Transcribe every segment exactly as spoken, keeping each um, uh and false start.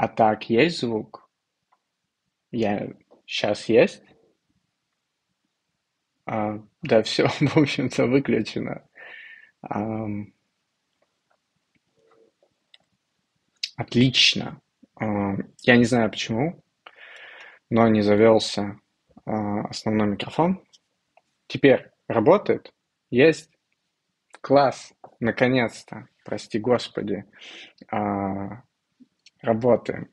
А так, есть звук? Я сейчас есть? А, да, все, в общем-то, выключено. Ам, Отлично. Ам, Я не знаю почему, но не завелся а, основной микрофон. Теперь работает? Есть? Класс! Наконец-то! Прости господи. А, Работаем.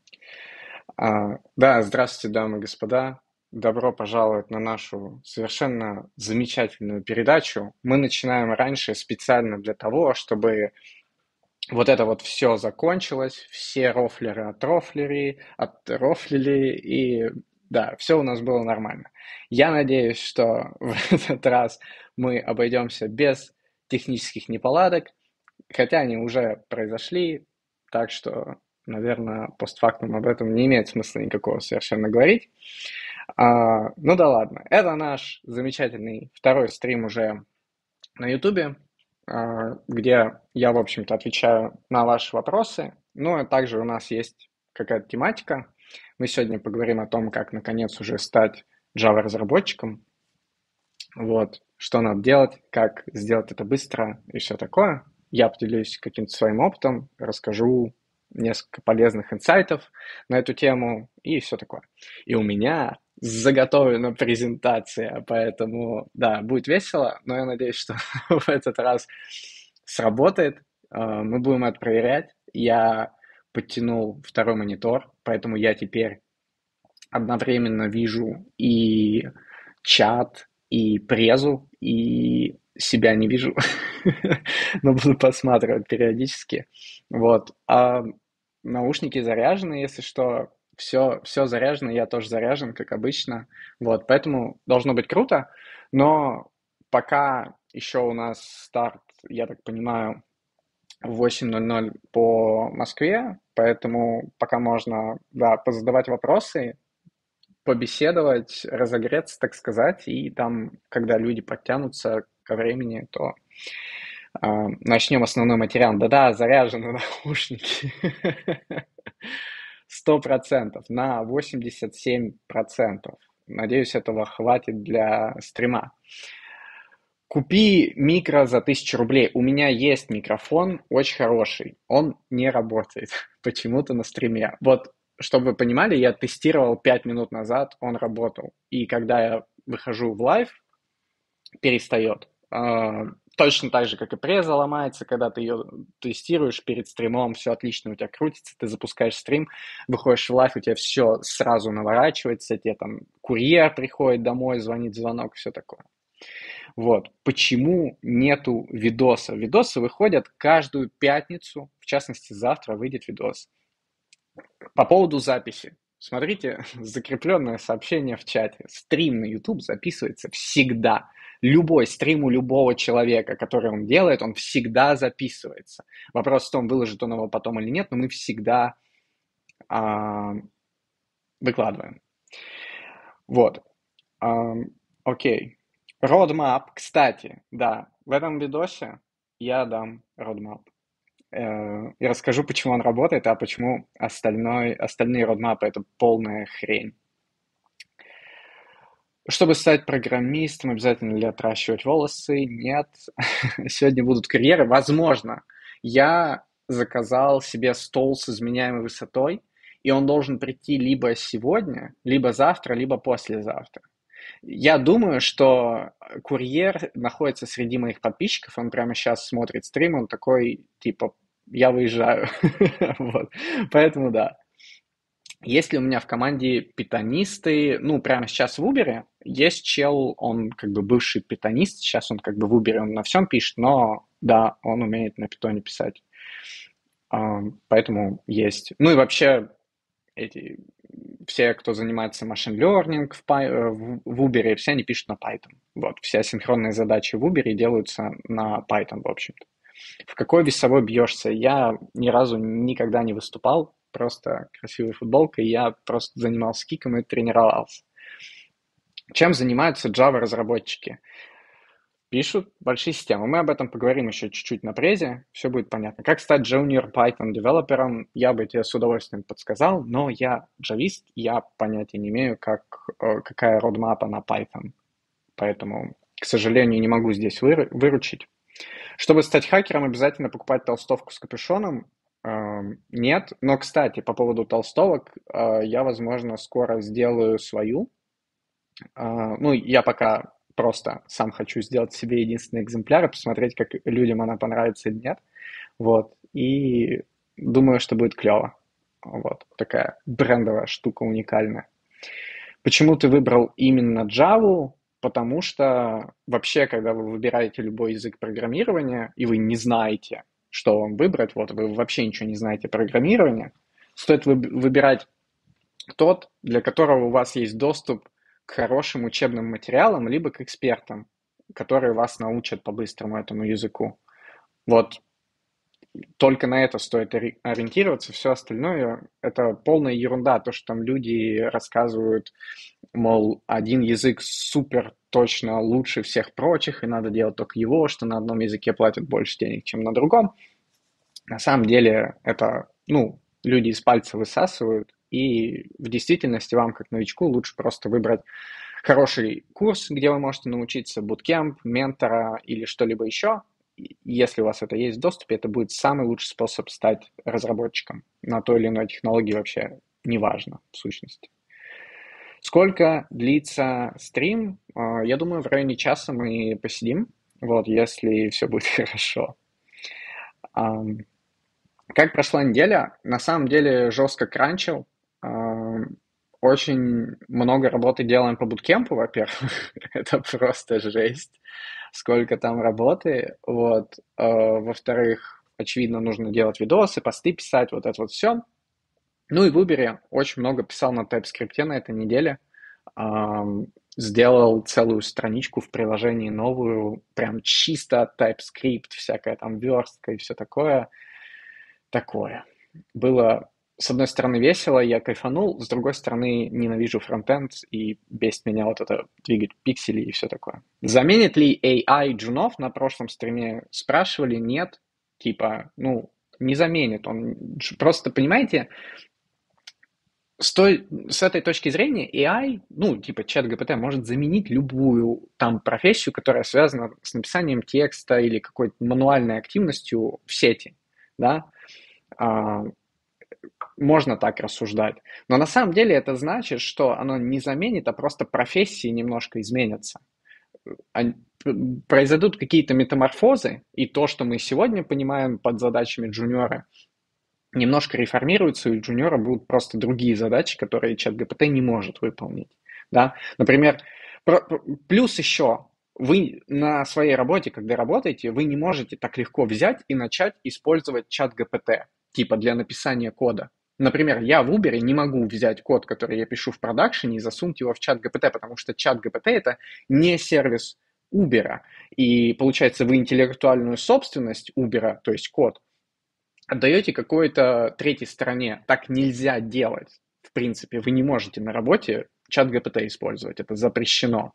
А, Да, здравствуйте, дамы и господа. Добро пожаловать на нашу совершенно замечательную передачу. Мы начинаем раньше специально для того, чтобы вот это вот все закончилось, все рофлеры отрофлили, отрофлили, и да, все у нас было нормально. Я надеюсь, что в этот раз мы обойдемся без технических неполадок, хотя они уже произошли, так что, наверное, постфактум об этом не имеет смысла никакого совершенно говорить. А, ну да ладно, это наш замечательный второй стрим уже на Ютубе, а, где я, в общем-то, отвечаю на ваши вопросы. Ну, и также у нас есть какая-то тематика. Мы сегодня поговорим о том, как, наконец, уже стать Java-разработчиком. Вот, что надо делать, как сделать это быстро и все такое. Я поделюсь каким-то своим опытом, расскажу несколько полезных инсайтов на эту тему и все такое. И у меня заготовлена презентация, поэтому, да, будет весело, но я надеюсь, что в этот раз сработает. А, Мы будем это проверять. Я подтянул второй монитор, поэтому я теперь одновременно вижу и чат, и презу, и себя не вижу, но буду посматривать периодически. Вот. А наушники заряжены, если что. Все, все заряжено, я тоже заряжен, как обычно. Вот, поэтому должно быть круто. Но пока еще у нас старт, я так понимаю, в восемь ноль ноль по Москве, поэтому пока можно, да, позадавать вопросы, побеседовать, разогреться, так сказать, и там, когда люди подтянутся ко времени, то а, начнем основной материал. Да-да, заряжены наушники. Сто процентов на восемьдесят семь процентов. Надеюсь, этого хватит для стрима. Купи микро за тысячу рублей. У меня есть микрофон, очень хороший. Он не работает почему-то на стриме. Вот, чтобы вы понимали, я тестировал пять минут назад, он работал. И когда я выхожу в лайв, перестает. А, Точно так же, как и преза ломается, когда ты ее тестируешь перед стримом, все отлично у тебя крутится, ты запускаешь стрим, выходишь в лайв, у тебя все сразу наворачивается, тебе там курьер приходит домой, звонит звонок, все такое. Вот. Почему нету видоса? Видосы выходят каждую пятницу, в частности, завтра выйдет видос. По поводу записи. Смотрите, закрепленное сообщение в чате. Стрим на YouTube записывается всегда. Любой стрим у любого человека, который он делает, он всегда записывается. Вопрос в том, выложит он его потом или нет, но мы всегда а, выкладываем. Вот. А, окей. Roadmap, кстати, да, в этом видосе я дам roadmap. Э, И расскажу, почему он работает, а почему остальной, остальные родмапы это полная хрень. Чтобы стать программистом, обязательно ли отращивать волосы? Нет. Сегодня будут карьеры. Возможно. Я заказал себе стол с изменяемой высотой, и он должен прийти либо сегодня, либо завтра, либо послезавтра. Я думаю, что курьер находится среди моих подписчиков, он прямо сейчас смотрит стрим, он такой, типа, я выезжаю. Вот. Поэтому да. Есть ли у меня в команде питонисты? Ну, прямо сейчас в Uber есть чел, он как бы бывший питонист, сейчас он как бы в Uber, он на всем пишет, но да, он умеет на питоне писать. А, Поэтому есть. Ну и вообще эти все, кто занимается машин learning в, Py- э, в в Uber, все они пишут на Python. Вот, все синхронные задачи в Uber делаются на Python, в общем-то. В какой весовой бьешься? Я ни разу никогда не выступал, просто красивая футболка, и я просто занимался киком и тренировался. Чем занимаются Java-разработчики? Пишут большие системы. Мы об этом поговорим еще чуть-чуть на презе, все будет понятно. Как стать junior Python девелопером, я бы тебе с удовольствием подсказал, но я джавист, я понятия не имею, как, э, какая родмапа на Python. Поэтому, к сожалению, не могу здесь выру- выручить. Чтобы стать хакером, обязательно покупать толстовку с капюшоном? Эм, Нет. Но, кстати, по поводу толстовок, э, я, возможно, скоро сделаю свою. А, Ну, я пока просто сам хочу сделать себе единственный экземпляр и посмотреть, как людям она понравится или нет. Вот. И думаю, что будет клево. Вот. Такая брендовая штука уникальная. Почему ты выбрал именно Java? Потому что вообще, когда вы выбираете любой язык программирования, и вы не знаете, что вам выбрать, вот вы вообще ничего не знаете о программировании, стоит выб- выбирать тот, для которого у вас есть доступ к хорошим учебным материалам, либо к экспертам, которые вас научат по-быстрому этому языку. Вот только на это стоит ориентироваться, все остальное это полная ерунда, то, что там люди рассказывают, мол, один язык супер точно лучше всех прочих, и надо делать только его, что на одном языке платят больше денег, чем на другом. На самом деле это, ну, люди из пальца высасывают, и в действительности вам, как новичку, лучше просто выбрать хороший курс, где вы можете научиться, буткемп, ментора или что-либо еще. Если у вас это есть в доступе, это будет самый лучший способ стать разработчиком на той или иной технологии вообще неважно, в сущности. Сколько длится стрим? А, Я думаю, в районе часа мы посидим, вот, если все будет хорошо. Ам, Как прошла неделя? На самом деле жестко кранчил. Ам, Очень много работы делаем по буткемпу, во-первых. Это просто жесть, сколько там работы. Вот. А, Во-вторых, очевидно, нужно делать видосы, посты писать, вот это вот все. Ну и в Uber очень много писал на TypeScript на этой неделе. Ам, Сделал целую страничку в приложении новую, прям чисто TypeScript, всякая там верстка и все такое. Такое. Было, с одной стороны, весело, я кайфанул, с другой стороны, ненавижу фронтенд и бесит меня вот это двигать пиксели и все такое. Заменит ли эй ай джунов? На прошлом стриме спрашивали, нет. Типа, ну, не заменит. Он дж- просто, понимаете, с, той, с этой точки зрения эй ай, ну, типа чат джи пи ти, может заменить любую там профессию, которая связана с написанием текста или какой-то мануальной активностью в сети, да. А, Можно так рассуждать. Но на самом деле это значит, что оно не заменит, а просто профессии немножко изменятся. Ань- Произойдут какие-то метаморфозы, и то, что мы сегодня понимаем под задачами джуниора, немножко реформируется, и у джуниора будут просто другие задачи, которые чат джи пи ти не может выполнить. Да? Например, про- плюс еще, вы на своей работе, когда работаете, вы не можете так легко взять и начать использовать чат джи пи ти, типа для написания кода. Например, я в Uber не могу взять код, который я пишу в продакшене, и засунуть его в чат джи пи ти, потому что чат джи пи ти это не сервис Uber. И получается, вы интеллектуальную собственность Uber, то есть код, отдаете какой-то третьей стороне. Так нельзя делать. В принципе, вы не можете на работе чат джи пи ти использовать. Это запрещено.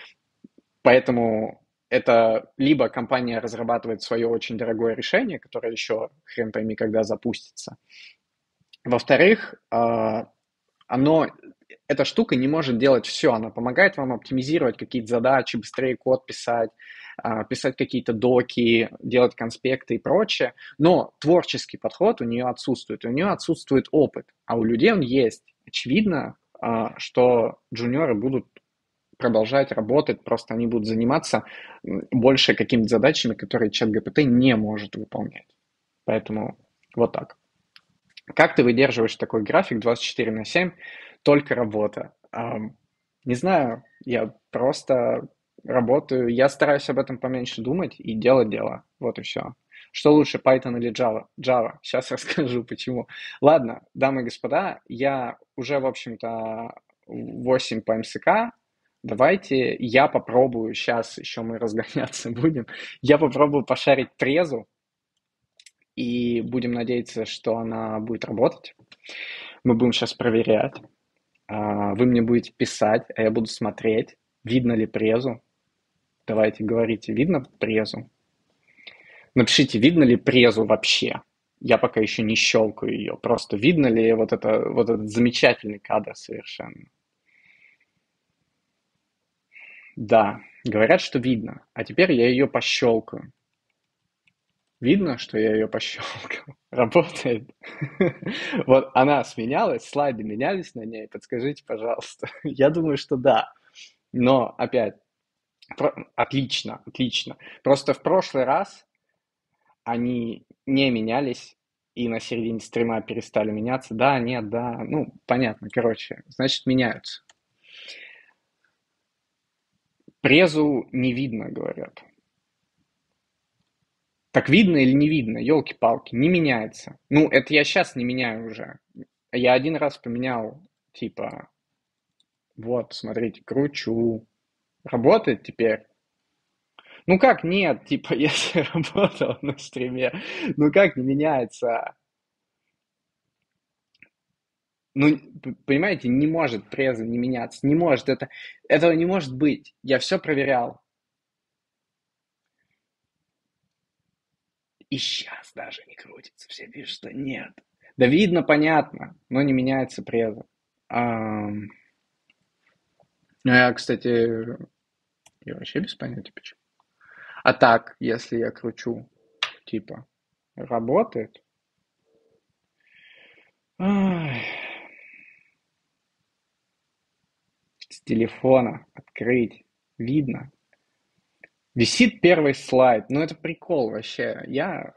Поэтому это либо компания разрабатывает свое очень дорогое решение, которое еще хрен пойми когда запустится. Во-вторых, а, оно, эта штука не может делать все. Она помогает вам оптимизировать какие-то задачи, быстрее код писать, а, писать какие-то доки, делать конспекты и прочее. Но творческий подход у нее отсутствует. У нее отсутствует опыт, а у людей он есть. Очевидно, а, что джуниоры будут продолжать работать, просто они будут заниматься больше какими-то задачами, которые чат джи пи ти не может выполнять. Поэтому вот так. Как ты выдерживаешь такой график двадцать четыре на семь, только работа? Ам, Не знаю, я просто работаю, я стараюсь об этом поменьше думать и делать дело. Вот и все. Что лучше, Python или Java? Java. Сейчас расскажу, почему. Ладно, дамы и господа, я уже, в общем-то, восемь по эм эс ка. Давайте я попробую, сейчас еще мы разгоняться будем, я попробую пошарить презу, и будем надеяться, что она будет работать. Мы будем сейчас проверять. А, Вы мне будете писать, а я буду смотреть, видно ли презу. Давайте, говорите, видно презу? Напишите, видно ли презу вообще. Я пока еще не щелкаю ее. Просто видно ли вот, это, вот этот замечательный кадр совершенно. Да, говорят, что видно. А теперь я ее пощелкаю. Видно, что я ее пощелкал? Работает? Вот она сменялась, слайды менялись на ней. Подскажите, пожалуйста. Я думаю, что да. Но опять, про- отлично, отлично. Просто в прошлый раз они не менялись и на середине стрима перестали меняться. Да, нет, да. Ну, понятно, короче. Значит, меняются. Презу не видно, говорят. Так видно или не видно? Елки-палки, не меняется. Ну, это я сейчас не меняю уже. Я один раз поменял, типа, вот, смотрите, кручу. Работает теперь? Ну как нет? Типа, если работал на стриме, ну как не меняется? Ну, п- понимаете, не может преза не меняться. Не может. Это, этого не может быть. Я все проверял. И сейчас даже не крутится. Все пишут, что нет. Да видно, понятно, но не меняется преза. Ам, Ну, я, кстати, я вообще без понятия почему. А так, если я кручу, типа, работает? Ай, с телефона открыть. Видно. Висит первый слайд. Ну, это прикол вообще. Я,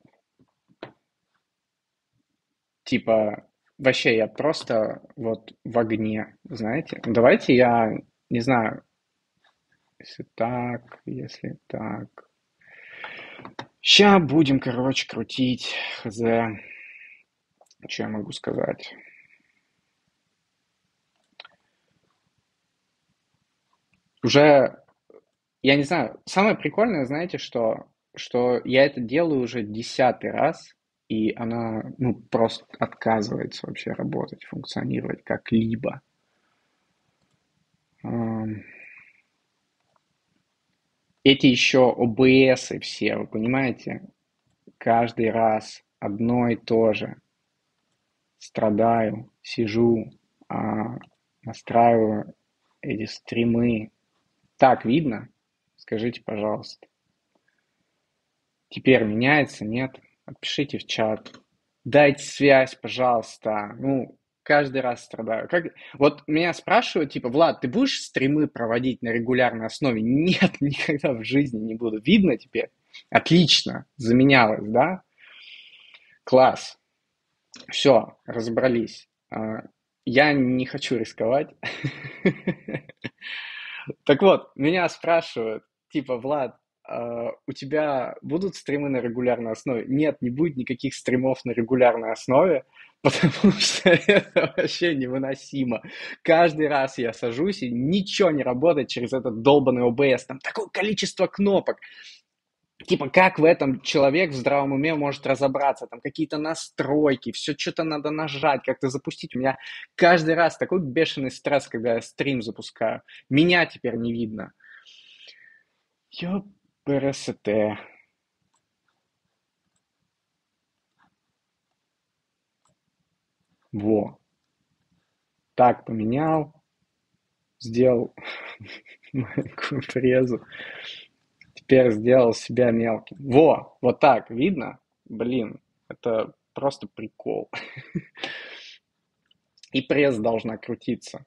типа, вообще, я просто вот в огне, знаете. Давайте я, не знаю, если так, если так. Ща будем, короче, крутить. Хз. Что я могу сказать? Уже, я не знаю, самое прикольное, знаете, что, что я это делаю уже десятый раз, и она, ну, просто отказывается вообще работать, функционировать как-либо. Ам, Эти еще о бэ эс все, вы понимаете, каждый раз одно и то же. Страдаю, сижу, а, настраиваю эти стримы. Так видно? Скажите, пожалуйста. Теперь меняется, нет? Отпишите в чат. Дайте связь, пожалуйста. Ну, каждый раз страдаю. Как... Вот меня спрашивают, типа, Влад, ты будешь стримы проводить на регулярной основе? Нет, никогда в жизни не буду. Видно теперь? Отлично, заменялось, да? Класс. Все, разобрались. А, Я не хочу рисковать. Так вот, меня спрашивают, типа, Влад, а, у тебя будут стримы на регулярной основе? Нет, не будет никаких стримов на регулярной основе, потому что это вообще невыносимо. Каждый раз я сажусь, и ничего не работает через этот долбанный о бэ эс. Там такое количество кнопок. Типа, как в этом человек в здравом уме может разобраться? Там какие-то настройки, все что-то надо нажать, как-то запустить. У меня каждый раз такой бешеный стресс, когда я стрим запускаю. Меня теперь не видно. Ёпрст. Во. Так поменял, сделал маленькую презу. Теперь сделал себя мелким. Во, вот так, видно? Блин, это просто прикол. И пресс должна крутиться.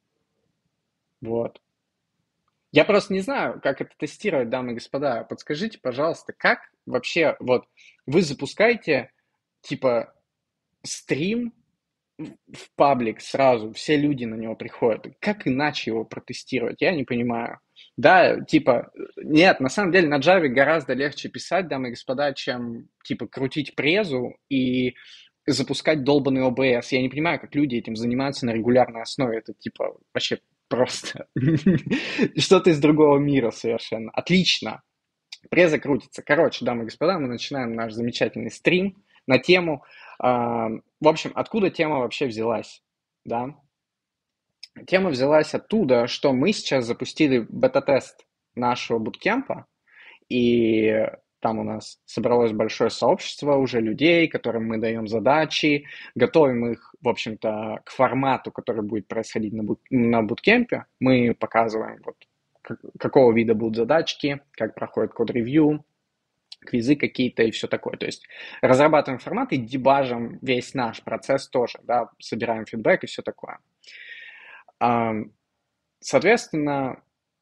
Вот. Я просто не знаю, как это тестировать, дамы и господа. Подскажите, пожалуйста, как вообще, вот, вы запускаете, типа, стрим в паблик сразу, все люди на него приходят. Как иначе его протестировать? Я не понимаю. Да, типа, нет, на самом деле на Java гораздо легче писать, дамы и господа, чем, типа, крутить презу и запускать долбанный о бэ эс. Я не понимаю, как люди этим занимаются на регулярной основе. Это, типа, вообще просто что-то из другого мира совершенно. Отлично. Преза крутится. Короче, дамы и господа, мы начинаем наш замечательный стрим на тему. а, В общем, откуда тема вообще взялась? Да? Тема взялась оттуда, что мы сейчас запустили бета-тест нашего буткемпа, и там у нас собралось большое сообщество уже людей, которым мы даем задачи, готовим их, в общем-то, к формату, который будет происходить на, бут- на буткемпе. Мы показываем, вот, как- какого вида будут задачки, как проходит код-ревью, квизы какие-то и все такое. То есть разрабатываем формат и дебажим весь наш процесс тоже, да, собираем фидбэк и все такое. Ам, Соответственно,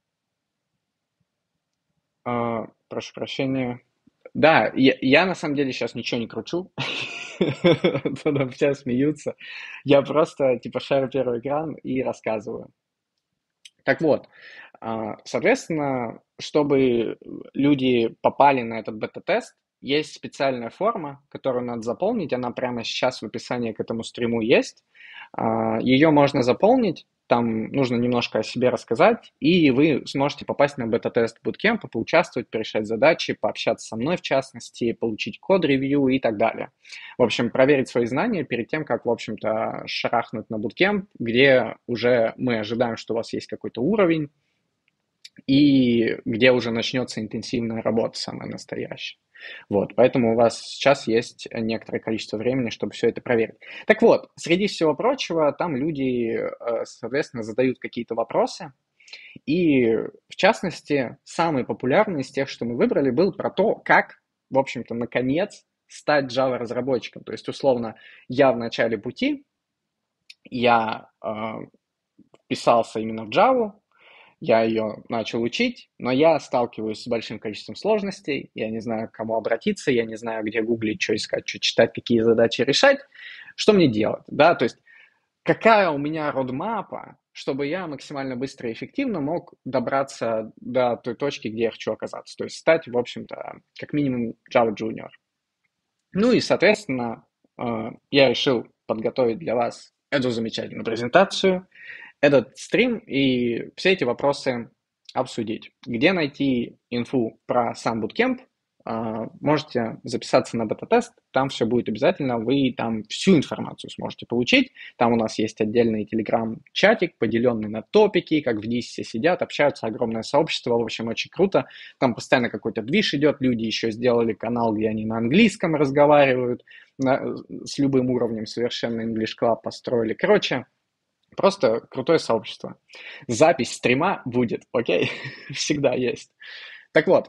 а, прошу прощения. Да, я, я на самом деле сейчас ничего не кручу. Там все смеются. Я просто типа шарю первый экран и рассказываю. Так вот, а, соответственно, чтобы люди попали на этот бета-тест, есть специальная форма, которую надо заполнить. Она прямо сейчас в описании к этому стриму есть. А, Ее можно заполнить, там нужно немножко о себе рассказать, и вы сможете попасть на бета-тест буткемпа, поучаствовать, порешать задачи, пообщаться со мной в частности, получить код-ревью и так далее. В общем, проверить свои знания перед тем, как, в общем-то, шарахнуть на буткемп, где уже мы ожидаем, что у вас есть какой-то уровень, и где уже начнется интенсивная работа самая настоящая. Вот, поэтому у вас сейчас есть некоторое количество времени, чтобы все это проверить. Так вот, среди всего прочего, там люди, э, соответственно, задают какие-то вопросы, и, в частности, самый популярный из тех, что мы выбрали, был про то, как, в общем-то, наконец стать Java-разработчиком. То есть, условно, я в начале пути, я э, вписался именно в Java, я ее начал учить, но я сталкиваюсь с большим количеством сложностей, я не знаю, к кому обратиться, я не знаю, где гуглить, что искать, что читать, какие задачи решать, что мне делать, да, то есть какая у меня родмапа, чтобы я максимально быстро и эффективно мог добраться до той точки, где я хочу оказаться, то есть стать, в общем-то, как минимум Java Junior. Ну и, соответственно, э, я решил подготовить для вас эту замечательную презентацию, этот стрим и все эти вопросы обсудить. Где найти инфу про сам буткемп? А, Можете записаться на бета-тест, там все будет обязательно, вы там всю информацию сможете получить. Там у нас есть отдельный телеграм-чатик, поделенный на топики, как в Диссе сидят, общаются, огромное сообщество, в общем, очень круто. Там постоянно какой-то движ идет, люди еще сделали канал, где они на английском разговаривают, на, с любым уровнем совершенно English Club построили. Короче, просто крутое сообщество. Запись стрима будет, окей? Всегда есть. Так вот,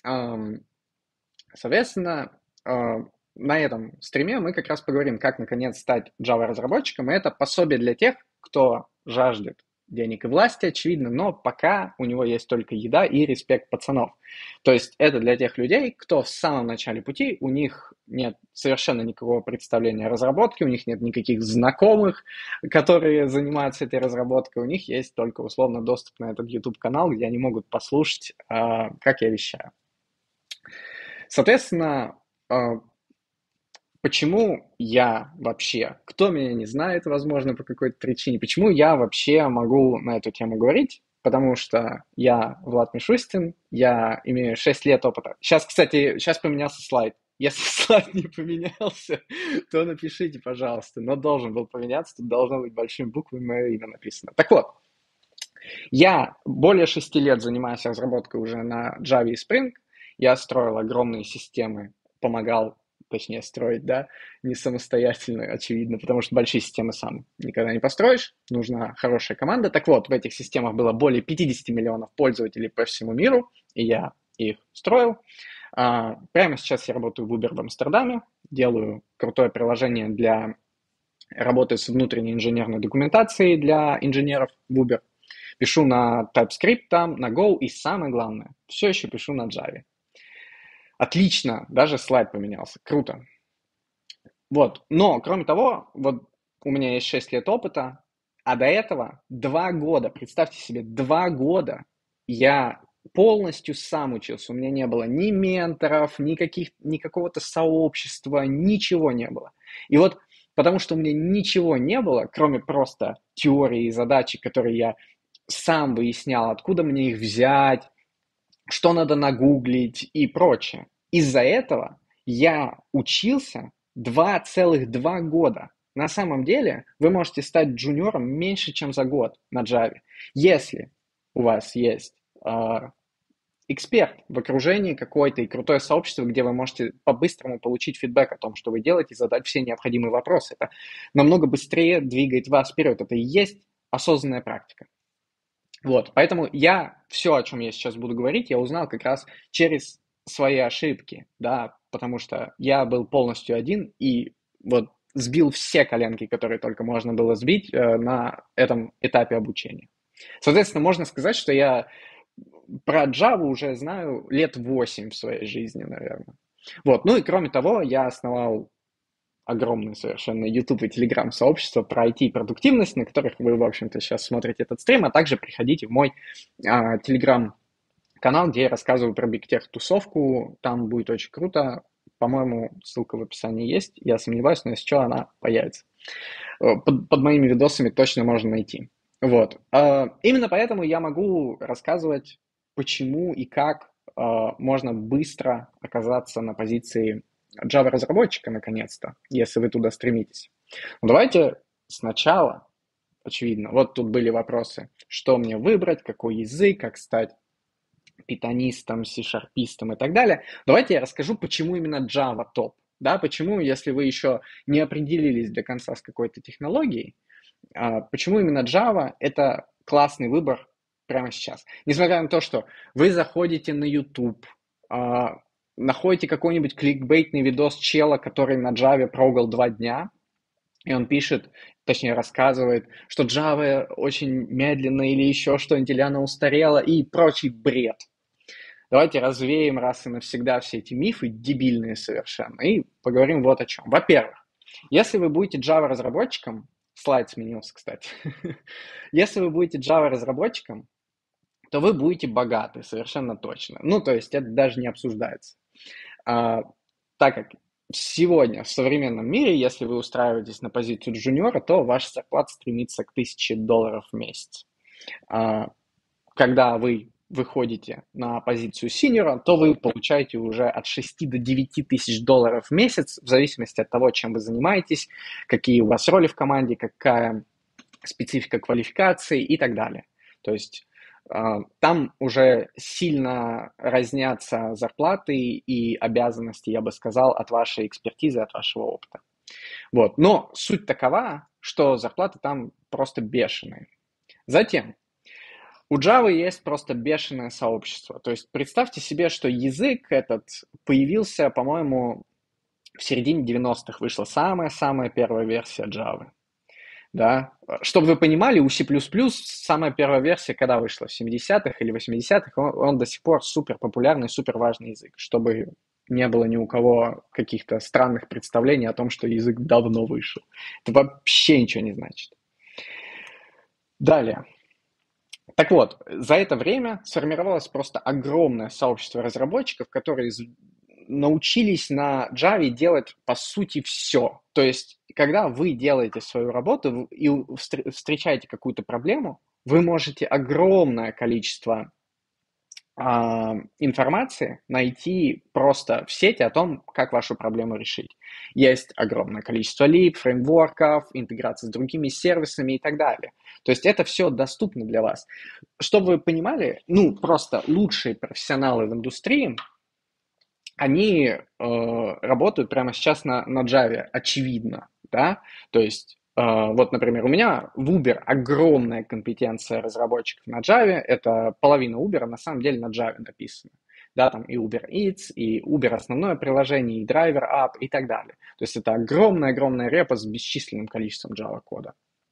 соответственно, на этом стриме мы как раз поговорим, как наконец стать Java-разработчиком. И это пособие для тех, кто жаждет денег и власти, очевидно, но пока у него есть только еда и респект пацанов. То есть это для тех людей, кто в самом начале пути, у них нет совершенно никакого представления о разработке, у них нет никаких знакомых, которые занимаются этой разработкой, у них есть только условно доступ на этот YouTube-канал, где они могут послушать, как я вещаю. Соответственно, почему я вообще, кто меня не знает, возможно, по какой-то причине, почему я вообще могу на эту тему говорить? Потому что я Влад Мишустин, я имею шесть лет опыта. Сейчас, кстати, сейчас поменялся слайд. Если слайд не поменялся, то напишите, пожалуйста. Но должен был поменяться, тут должно быть большими буквами мое имя написано. Так вот, я более шести лет занимаюсь разработкой уже на Java и Spring. Я строил огромные системы, помогал, точнее, строить, да, не самостоятельно, очевидно, потому что большие системы сам никогда не построишь, нужна хорошая команда. Так вот, в этих системах было более пятьдесят миллионов пользователей по всему миру, и я их строил. А, Прямо сейчас я работаю в Uber в Амстердаме, делаю крутое приложение для работы с внутренней инженерной документацией для инженеров в Uber. Пишу на TypeScript, там, на Go и самое главное, все еще пишу на Java. Отлично, даже слайд поменялся, круто. Вот, но, кроме того, вот у меня есть шесть лет опыта, а до этого два года, представьте себе, два года я полностью сам учился. У меня не было ни менторов, ни, каких, ни какого-то сообщества, ничего не было. И вот потому что у меня ничего не было, кроме просто теории и задачи, которые я сам выяснял, откуда мне их взять, что надо нагуглить и прочее. Из-за этого я учился два целых два года. На самом деле вы можете стать джуниором меньше, чем за год на Java. Если у вас есть э, эксперт в окружении какой-то и крутое сообщество, где вы можете по-быстрому получить фидбэк о том, что вы делаете, задать все необходимые вопросы. Это намного быстрее двигает вас вперед. Это и есть осознанная практика. Вот, поэтому я все, о чем я сейчас буду говорить, я узнал как раз через свои ошибки, да, потому что я был полностью один и вот сбил все коленки, которые только можно было сбить э, на этом этапе обучения. Соответственно, можно сказать, что я про Java уже знаю лет восемь в своей жизни, наверное. Вот, ну и кроме того, я основал огромное совершенно YouTube и Telegram сообщество про ай ти и продуктивность, на которых вы, в общем-то, сейчас смотрите этот стрим, а также приходите в мой а, Telegram канал, где я рассказываю про Big Tech тусовку, там будет очень круто, по-моему, ссылка в описании есть, я сомневаюсь, но если что, она появится. Под, под моими видосами точно можно найти. Вот. А, именно поэтому я могу рассказывать, почему и как а, можно быстро оказаться на позиции Java-разработчика, наконец-то, если вы туда стремитесь. Но давайте сначала, очевидно, вот тут были вопросы, что мне выбрать, какой язык, как стать питонистом, C-шарпистом и так далее. Давайте я расскажу, почему именно Java топ. Да, почему, если вы еще не определились до конца с какой-то технологией, почему именно Java это классный выбор прямо сейчас. Несмотря на то, что вы заходите на YouTube, находите какой-нибудь кликбейтный видос чела, который на Java прогал два дня, и он пишет, точнее рассказывает, что Java очень медленно или еще что-нибудь, или она устарела, и прочий бред. Давайте развеем раз и навсегда все эти мифы, дебильные совершенно, и поговорим вот о чем. Во-первых, если вы будете Java-разработчиком, слайд сменился, кстати, если вы будете Java-разработчиком, то вы будете богаты, совершенно точно. Ну, то есть это даже не обсуждается. А, так как сегодня в современном мире, если вы устраиваетесь на позицию джуниора, то ваша зарплата стремится к тысяче долларов в месяц. А, когда вы выходите на позицию синьора, то вы получаете уже от шести до девяти тысяч долларов в месяц, в зависимости от того, чем вы занимаетесь, какие у вас роли в команде, какая специфика квалификации и так далее. То есть там уже сильно разнятся зарплаты и обязанности, я бы сказал, от вашей экспертизы, от вашего опыта. Вот. Но суть такова, что зарплаты там просто бешеные. Затем, у Java есть просто бешеное сообщество. То есть представьте себе, что язык этот появился, по-моему, в середине девяностых вышла самая-самая первая версия Java. Да? Чтобы вы понимали, у C++ самая первая версия, когда вышла, в семидесятых или восьмидесятых, он, он до сих пор супер популярный, супер важный язык, чтобы не было ни у кого каких-то странных представлений о том, что язык давно вышел. Это вообще ничего не значит. Далее. Так вот, за это время сформировалось просто огромное сообщество разработчиков, которые научились на Java делать, по сути, все. То есть, когда вы делаете свою работу и встречаете какую-то проблему, вы можете огромное количество а, информации найти просто в сети о том, как вашу проблему решить. Есть огромное количество либ, фреймворков, интеграции с другими сервисами и так далее. То есть это все доступно для вас. Чтобы вы понимали, ну, просто лучшие профессионалы в индустрии, они э, работают прямо сейчас на, на Java, очевидно, да, то есть э, вот, например, у меня в Uber огромная компетенция разработчиков на Java, это половина Uber на самом деле на Java написана, да, там и Uber Eats, и Uber основное приложение, и Driver App и так далее, то есть это огромная-огромная репа с бесчисленным количеством Java кода.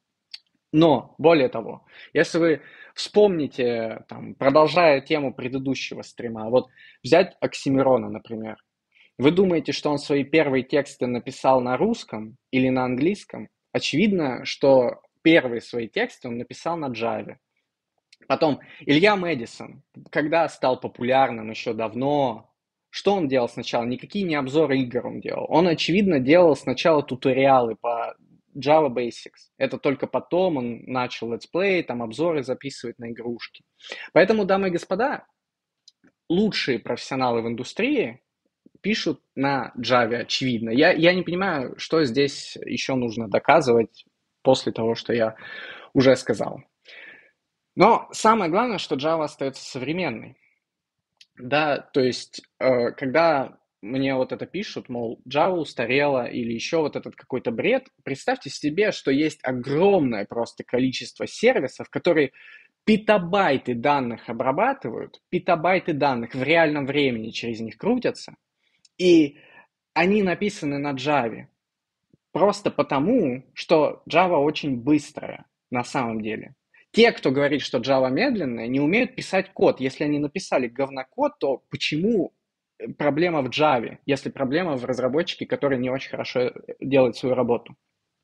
Но, более того, если вы вспомните, там, продолжая тему предыдущего стрима, вот взять Оксимирона, например. Вы думаете, что он свои первые тексты написал на русском или на английском? Очевидно, что первые свои тексты он написал на Java. Потом Илья Мэдисон, когда стал популярным еще давно, что он делал сначала? Никакие не обзоры игр он делал. Он, очевидно, делал сначала туториалы по Java Basics. Это только потом он начал летсплей, там обзоры записывать на игрушки. Поэтому, дамы и господа, лучшие профессионалы в индустрии пишут на Java, очевидно. Я, я не понимаю, что здесь еще нужно доказывать после того, что я уже сказал. Но самое главное, что Java остается современной. Да, то есть, э, когда мне вот это пишут, мол, Java устарела или еще вот этот какой-то бред, представьте себе, что есть огромное просто количество сервисов, которые петабайты данных обрабатывают, петабайты данных в реальном времени через них крутятся, и они написаны на Java. Просто потому, что Java очень быстрая на самом деле. Те, кто говорит, что Java медленная, не умеют писать код. Если они написали говнокод, то почему проблема в Java, если проблема в разработчике, который не очень хорошо делает свою работу?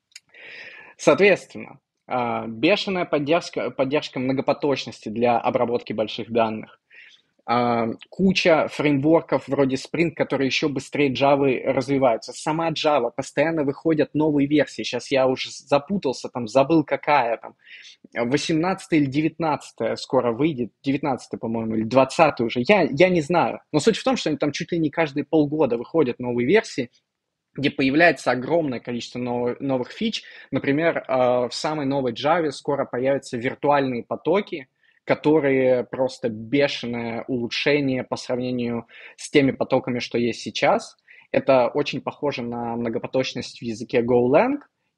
Соответственно, а, бешеная поддержка, поддержка многопоточности для обработки больших данных. А, куча фреймворков вроде Spring, которые еще быстрее Java развиваются. Сама Java, постоянно выходят новые версии. Сейчас я уже запутался, там, забыл какая там. восемнадцатая или девятнадцатая скоро выйдет. девятнадцатая, по-моему, или двадцатая уже. Я, я не знаю. Но суть в том, что они там чуть ли не каждые полгода выходят новые версии, где появляется огромное количество новых, новых фич. Например, э, в самой новой Java скоро появятся виртуальные потоки, которые просто бешеное улучшение по сравнению с теми потоками, что есть сейчас. Это очень похоже на многопоточность в языке Golang,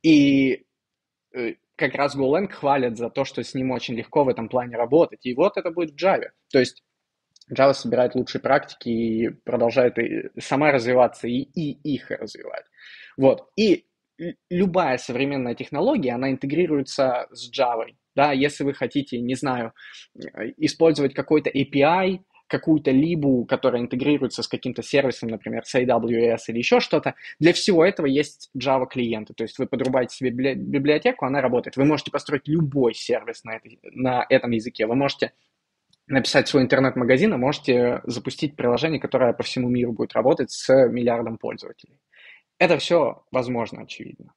и э, как раз Golang хвалят за то, что с ним очень легко в этом плане работать. И вот это будет в Java. То есть Java собирает лучшие практики и продолжает и сама развиваться, и, и их развивать. Вот. И любая современная технология, она интегрируется с Java. Да, если вы хотите, не знаю, использовать какой-то эй пи ай, какую-то либу, которая интегрируется с каким-то сервисом, например, с эй дабл ю эс или еще что-то, для всего этого есть Java клиенты. То есть вы подрубаете себе библиотеку, она работает. Вы можете построить любой сервис на, этой, на этом языке. Вы можете написать свой интернет-магазин, а можете запустить приложение, которое по всему миру будет работать с миллиардом пользователей. Это все возможно, очевидно.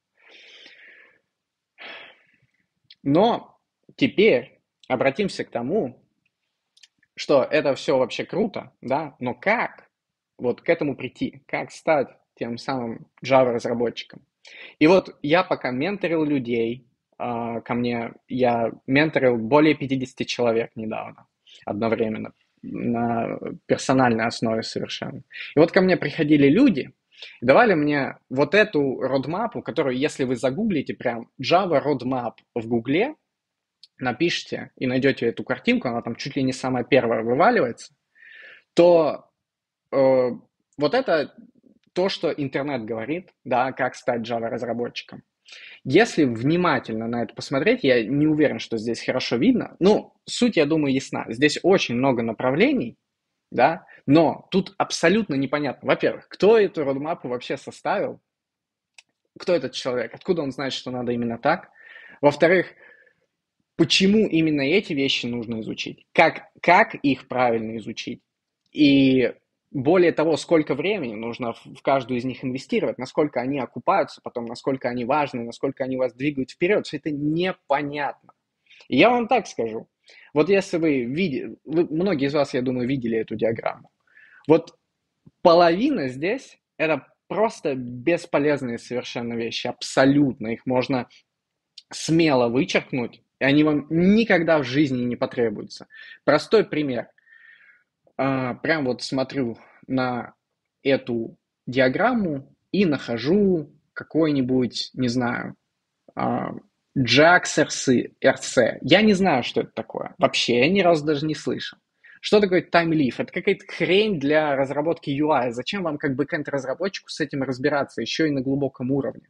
Но теперь обратимся к тому, что это все вообще круто, да, но как вот к этому прийти? Как стать тем самым Java-разработчиком? И вот я пока менторил людей, а, ко мне, я менторил более пятидесяти человек недавно, одновременно, на персональной основе совершенно. И вот ко мне приходили люди, и давали мне вот эту родмапу, которую, если вы загуглите прям Java Roadmap в Гугле, напишите и найдете эту картинку, она там чуть ли не самая первая вываливается, то э, вот это то, что интернет говорит, да, как стать Java-разработчиком. Если внимательно на это посмотреть, я не уверен, что здесь хорошо видно. Ну, суть, я думаю, ясна. Здесь очень много направлений, да, но тут абсолютно непонятно. Во-первых, кто эту родмапу вообще составил? Кто этот человек? Откуда он знает, что надо именно так? Во-вторых, почему именно эти вещи нужно изучить? Как, как их правильно изучить? И более того, сколько времени нужно в каждую из них инвестировать, насколько они окупаются потом, насколько они важны, насколько они вас двигают вперед, все это непонятно. И я вам так скажу. Вот если вы видели, вы, многие из вас, я думаю, видели эту диаграмму. Вот половина здесь это просто бесполезные совершенно вещи, абсолютно. Их можно смело вычеркнуть, и они вам никогда в жизни не потребуются. Простой пример. А, прям вот смотрю на эту диаграмму и нахожу какой-нибудь, не знаю, а, Джакс эр си. Я не знаю, что это такое. Вообще, я ни разу даже не слышал. Что такое TimeLeaf? Это какая-то хрень для разработки ю ай. Зачем вам как бэкэнд-разработчику с этим разбираться, еще и на глубоком уровне?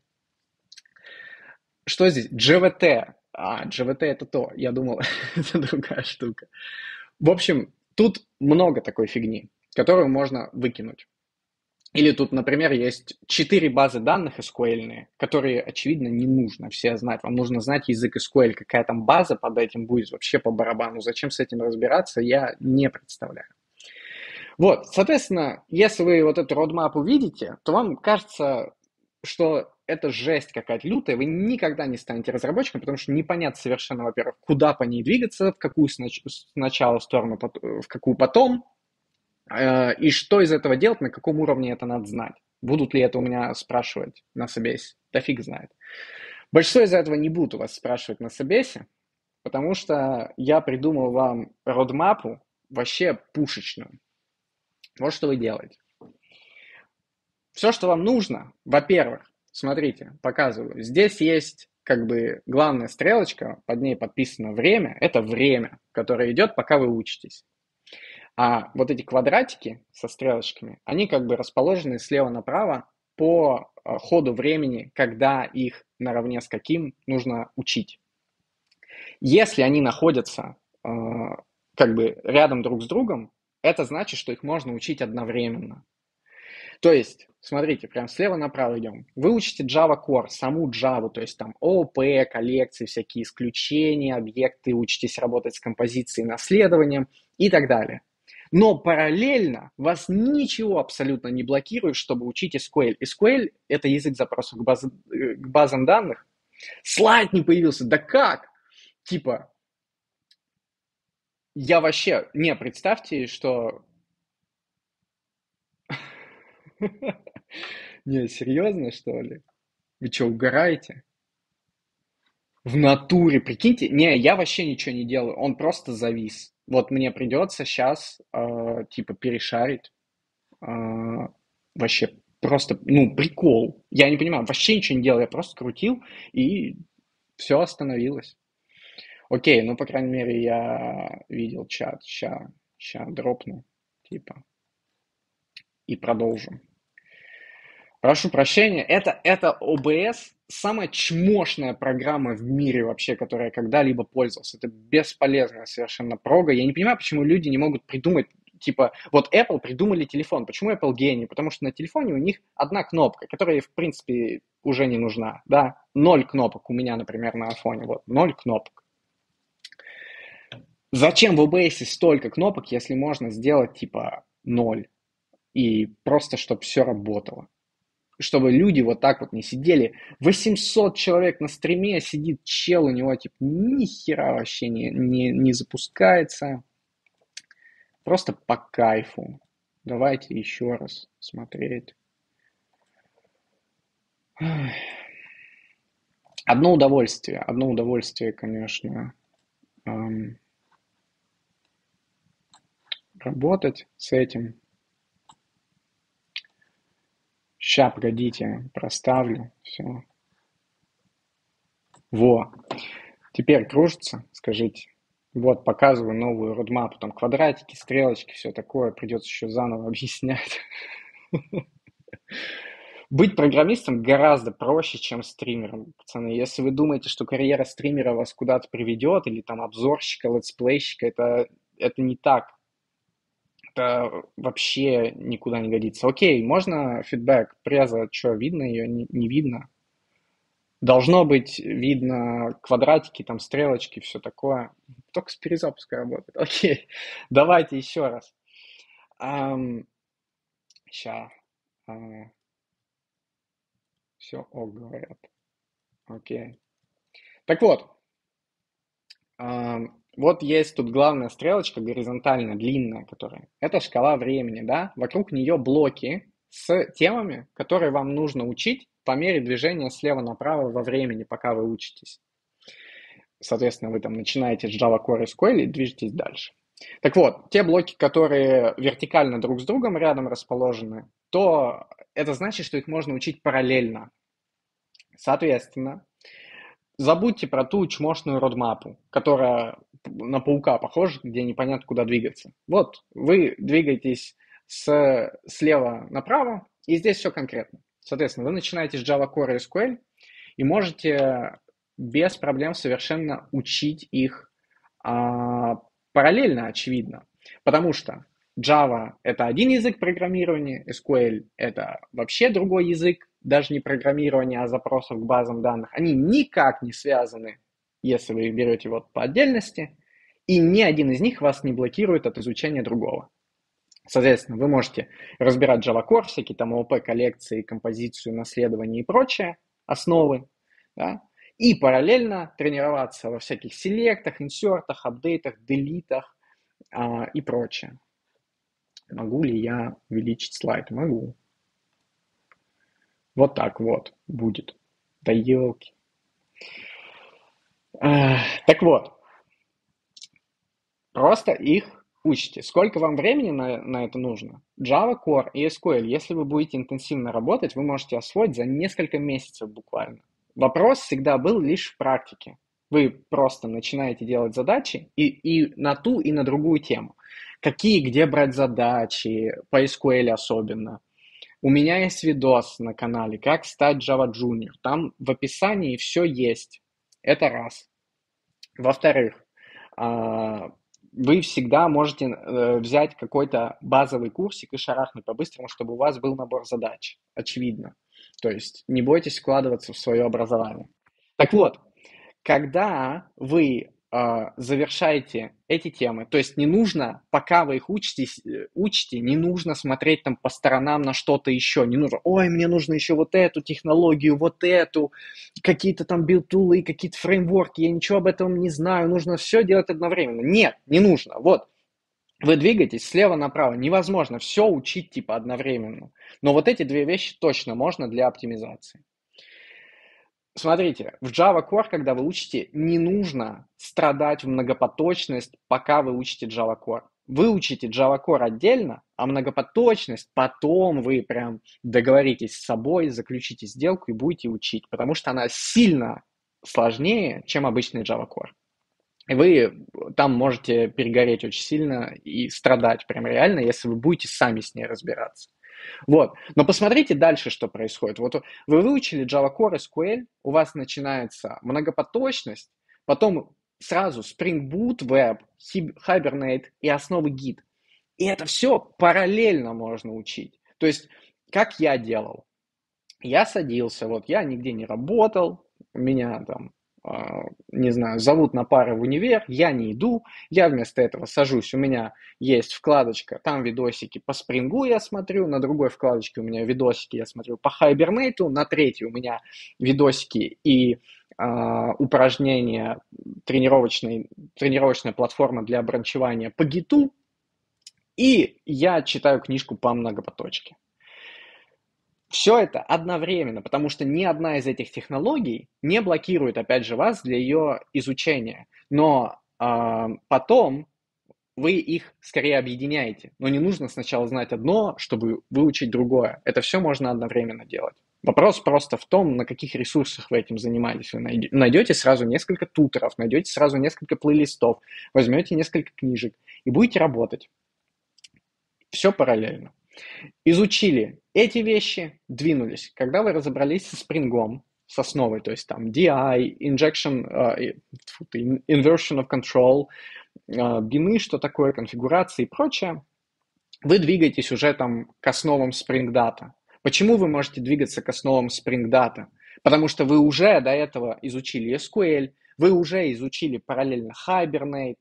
Что здесь? джи ви ти. А, джи ви ти это то. Я думал, это другая штука. В общем, тут много такой фигни, которую можно выкинуть. Или тут, например, есть четыре базы данных эс ку эль-ные, которые, очевидно, не нужно все знать. Вам нужно знать язык эс ку эль. Какая там база под этим будет вообще по барабану. Зачем с этим разбираться, я не представляю. Вот, соответственно, если вы вот эту родмапу видите, то вам кажется, что это жесть какая-то лютая, вы никогда не станете разработчиком, потому что непонятно совершенно, во-первых, куда по ней двигаться, в какую снач- сначала сторону, в какую потом, э, и что из этого делать, на каком уровне это надо знать. Будут ли это у меня спрашивать на собесе? Да фиг знает. Большинство из этого не будут у вас спрашивать на собесе, потому что я придумал вам родмапу вообще пушечную. Вот что вы делаете. Все, что вам нужно, во-первых, смотрите, показываю. Здесь есть как бы главная стрелочка, под ней подписано время. Это время, которое идет, пока вы учитесь. А вот эти квадратики со стрелочками, они как бы расположены слева направо по э, ходу времени, когда их наравне с каким нужно учить. Если они находятся э, как бы рядом друг с другом, это значит, что их можно учить одновременно. То есть, смотрите, прям слева направо идем. Вы учите Java Core, саму Java, то есть там ООП, коллекции, всякие исключения, объекты, учитесь работать с композицией, наследованием и так далее. Но параллельно вас ничего абсолютно не блокирует, чтобы учить эс ку эль. эс ку эль– это язык запросов к, баз, к базам данных. Слайд не появился. Да как? Типа, я вообще... Не, представьте, что... Не, серьезно, что ли? Вы что, угораете? В натуре, прикиньте. Не, я вообще ничего не делаю. Он просто завис. Вот мне придется сейчас, э, типа, перешарить. Э, вообще просто, ну, прикол. Я не понимаю, вообще ничего не делал. Я просто крутил, и все остановилось. Окей, ну, по крайней мере, я видел чат. Ща, ща дропну, типа, и продолжу. Прошу прощения, это, это о бэ эс самая чмошная программа в мире вообще, которая я когда-либо пользовался. Это бесполезная совершенно прога. Я не понимаю, почему люди не могут придумать, типа, вот Apple придумали телефон. Почему Apple гений? Потому что на телефоне у них одна кнопка, которая, в принципе, уже не нужна, да. Ноль кнопок у меня, например, на айфоне, вот, ноль кнопок. Зачем в о бэ эс столько кнопок, если можно сделать, типа, ноль? И просто, чтобы все работало. Чтобы люди вот так вот не сидели. восемьсот человек на стриме, сидит чел, у него типа ни хера вообще не, не, не запускается. Просто по кайфу. Давайте еще раз смотреть. Одно удовольствие, одно удовольствие, конечно, эм, работать с этим. Ща, погодите, проставлю, все. Во, теперь кружится, скажите. Вот, показываю новую родмапу, там квадратики, стрелочки, все такое, придется еще заново объяснять. Быть программистом гораздо проще, чем стримером, пацаны. Если вы думаете, что карьера стримера вас куда-то приведет, или там обзорщика, летсплейщика, это, это не так. Это вообще никуда не годится. Окей, можно фидбэк? Преза, что, видно ее, не, не видно? Должно быть видно квадратики, там стрелочки, все такое. Только с перезапуска работает. Окей, давайте еще раз. Ам, ща. А, все ок, говорят. Окей. Так вот, ам, вот есть тут главная стрелочка горизонтальная, длинная, которая. Это шкала времени, да? Вокруг нее блоки с темами, которые вам нужно учить по мере движения слева направо во времени, пока вы учитесь. Соответственно, вы там начинаете с Java Core эс ку эль и движетесь дальше. Так вот, те блоки, которые вертикально друг с другом рядом расположены, то это значит, что их можно учить параллельно. Соответственно, забудьте про ту чмошную родмапу, которая на паука похожа, где непонятно, куда двигаться. Вот, вы двигаетесь с, слева направо, и здесь все конкретно. Соответственно, вы начинаете с Java Core эс ку эль и можете без проблем совершенно учить их а, параллельно, очевидно. Потому что Java– это один язык программирования, эс ку эль– это вообще другой язык, даже не программирования, а запросов к базам данных. Они никак не связаны, если вы берете вот по отдельности, и ни один из них вас не блокирует от изучения другого. Соответственно, вы можете разбирать Java Core, всякие там ООП, коллекции, композицию, наследование и прочее, основы, да, и параллельно тренироваться во всяких селектах, инсертах, апдейтах, делитах а, и прочее. Могу ли я увеличить слайд? Могу. Вот так вот будет. Да елки. А, так вот, просто их учите. Сколько вам времени на, на это нужно? Java Core и эс ку эль, если вы будете интенсивно работать, вы можете освоить за несколько месяцев буквально. Вопрос всегда был лишь в практике. Вы просто начинаете делать задачи и, и на ту, и на другую тему. Какие, где брать задачи, по эс ку эль особенно. У меня есть видос на канале «Как стать Java Junior». Там в описании все есть. Это раз. Во-вторых, а, вы всегда можете э, взять какой-то базовый курсик и шарахнуть по-быстрому, чтобы у вас был набор задач. Очевидно. То есть не бойтесь вкладываться в свое образование. Так вот, когда вы э, завершаете эти темы, то есть не нужно, пока вы их учитесь, э, учите, не нужно смотреть там по сторонам на что-то еще, не нужно, ой, мне нужно еще вот эту технологию, вот эту, какие-то там билд-тулы, какие-то фреймворки, я ничего об этом не знаю, нужно все делать одновременно. Нет, не нужно. Вот, вы двигаетесь слева направо, невозможно все учить типа одновременно. Но вот эти две вещи точно можно для оптимизации. Смотрите, в Java Core, когда вы учите, не нужно страдать в многопоточность, пока вы учите Java Core. Вы учите Java Core отдельно, а многопоточность потом вы прям договоритесь с собой, заключите сделку и будете учить, потому что она сильно сложнее, чем обычный Java Core. И вы там можете перегореть очень сильно и страдать прям реально, если вы будете сами с ней разбираться. Вот. Но посмотрите дальше, что происходит. Вот вы выучили Java Core, эс ку эль, у вас начинается многопоточность, потом сразу Spring Boot, Web, Hibernate и основы гид. И это все параллельно можно учить. То есть, как я делал? Я садился, вот я нигде не работал, меня там, не знаю, зовут на пары в универ, я не иду, я вместо этого сажусь, у меня есть вкладочка, там видосики по спрингу я смотрю, на другой вкладочке у меня видосики я смотрю по Hibernate, на третьей у меня видосики и э, упражнения, тренировочные, тренировочная платформа для бранчевания по гиту, и я читаю книжку по многопоточке. Все это одновременно, потому что ни одна из этих технологий не блокирует, опять же, вас для ее изучения. Но э, потом вы их скорее объединяете. Но не нужно сначала знать одно, чтобы выучить другое. Это все можно одновременно делать. Вопрос просто в том, на каких ресурсах вы этим занимались. Вы найдете сразу несколько туторов, найдете сразу несколько плейлистов, возьмете несколько книжек и будете работать. Все параллельно. Изучили эти вещи, двинулись. Когда вы разобрались со спрингом, с основой, то есть там ди ай, injection, uh, inversion of control, uh, бины, что такое, конфигурации и прочее, вы двигаетесь уже там к основам Spring Data. Почему вы можете двигаться к основам Spring Data? Потому что вы уже до этого изучили эс ку эль, вы уже изучили параллельно Hibernate.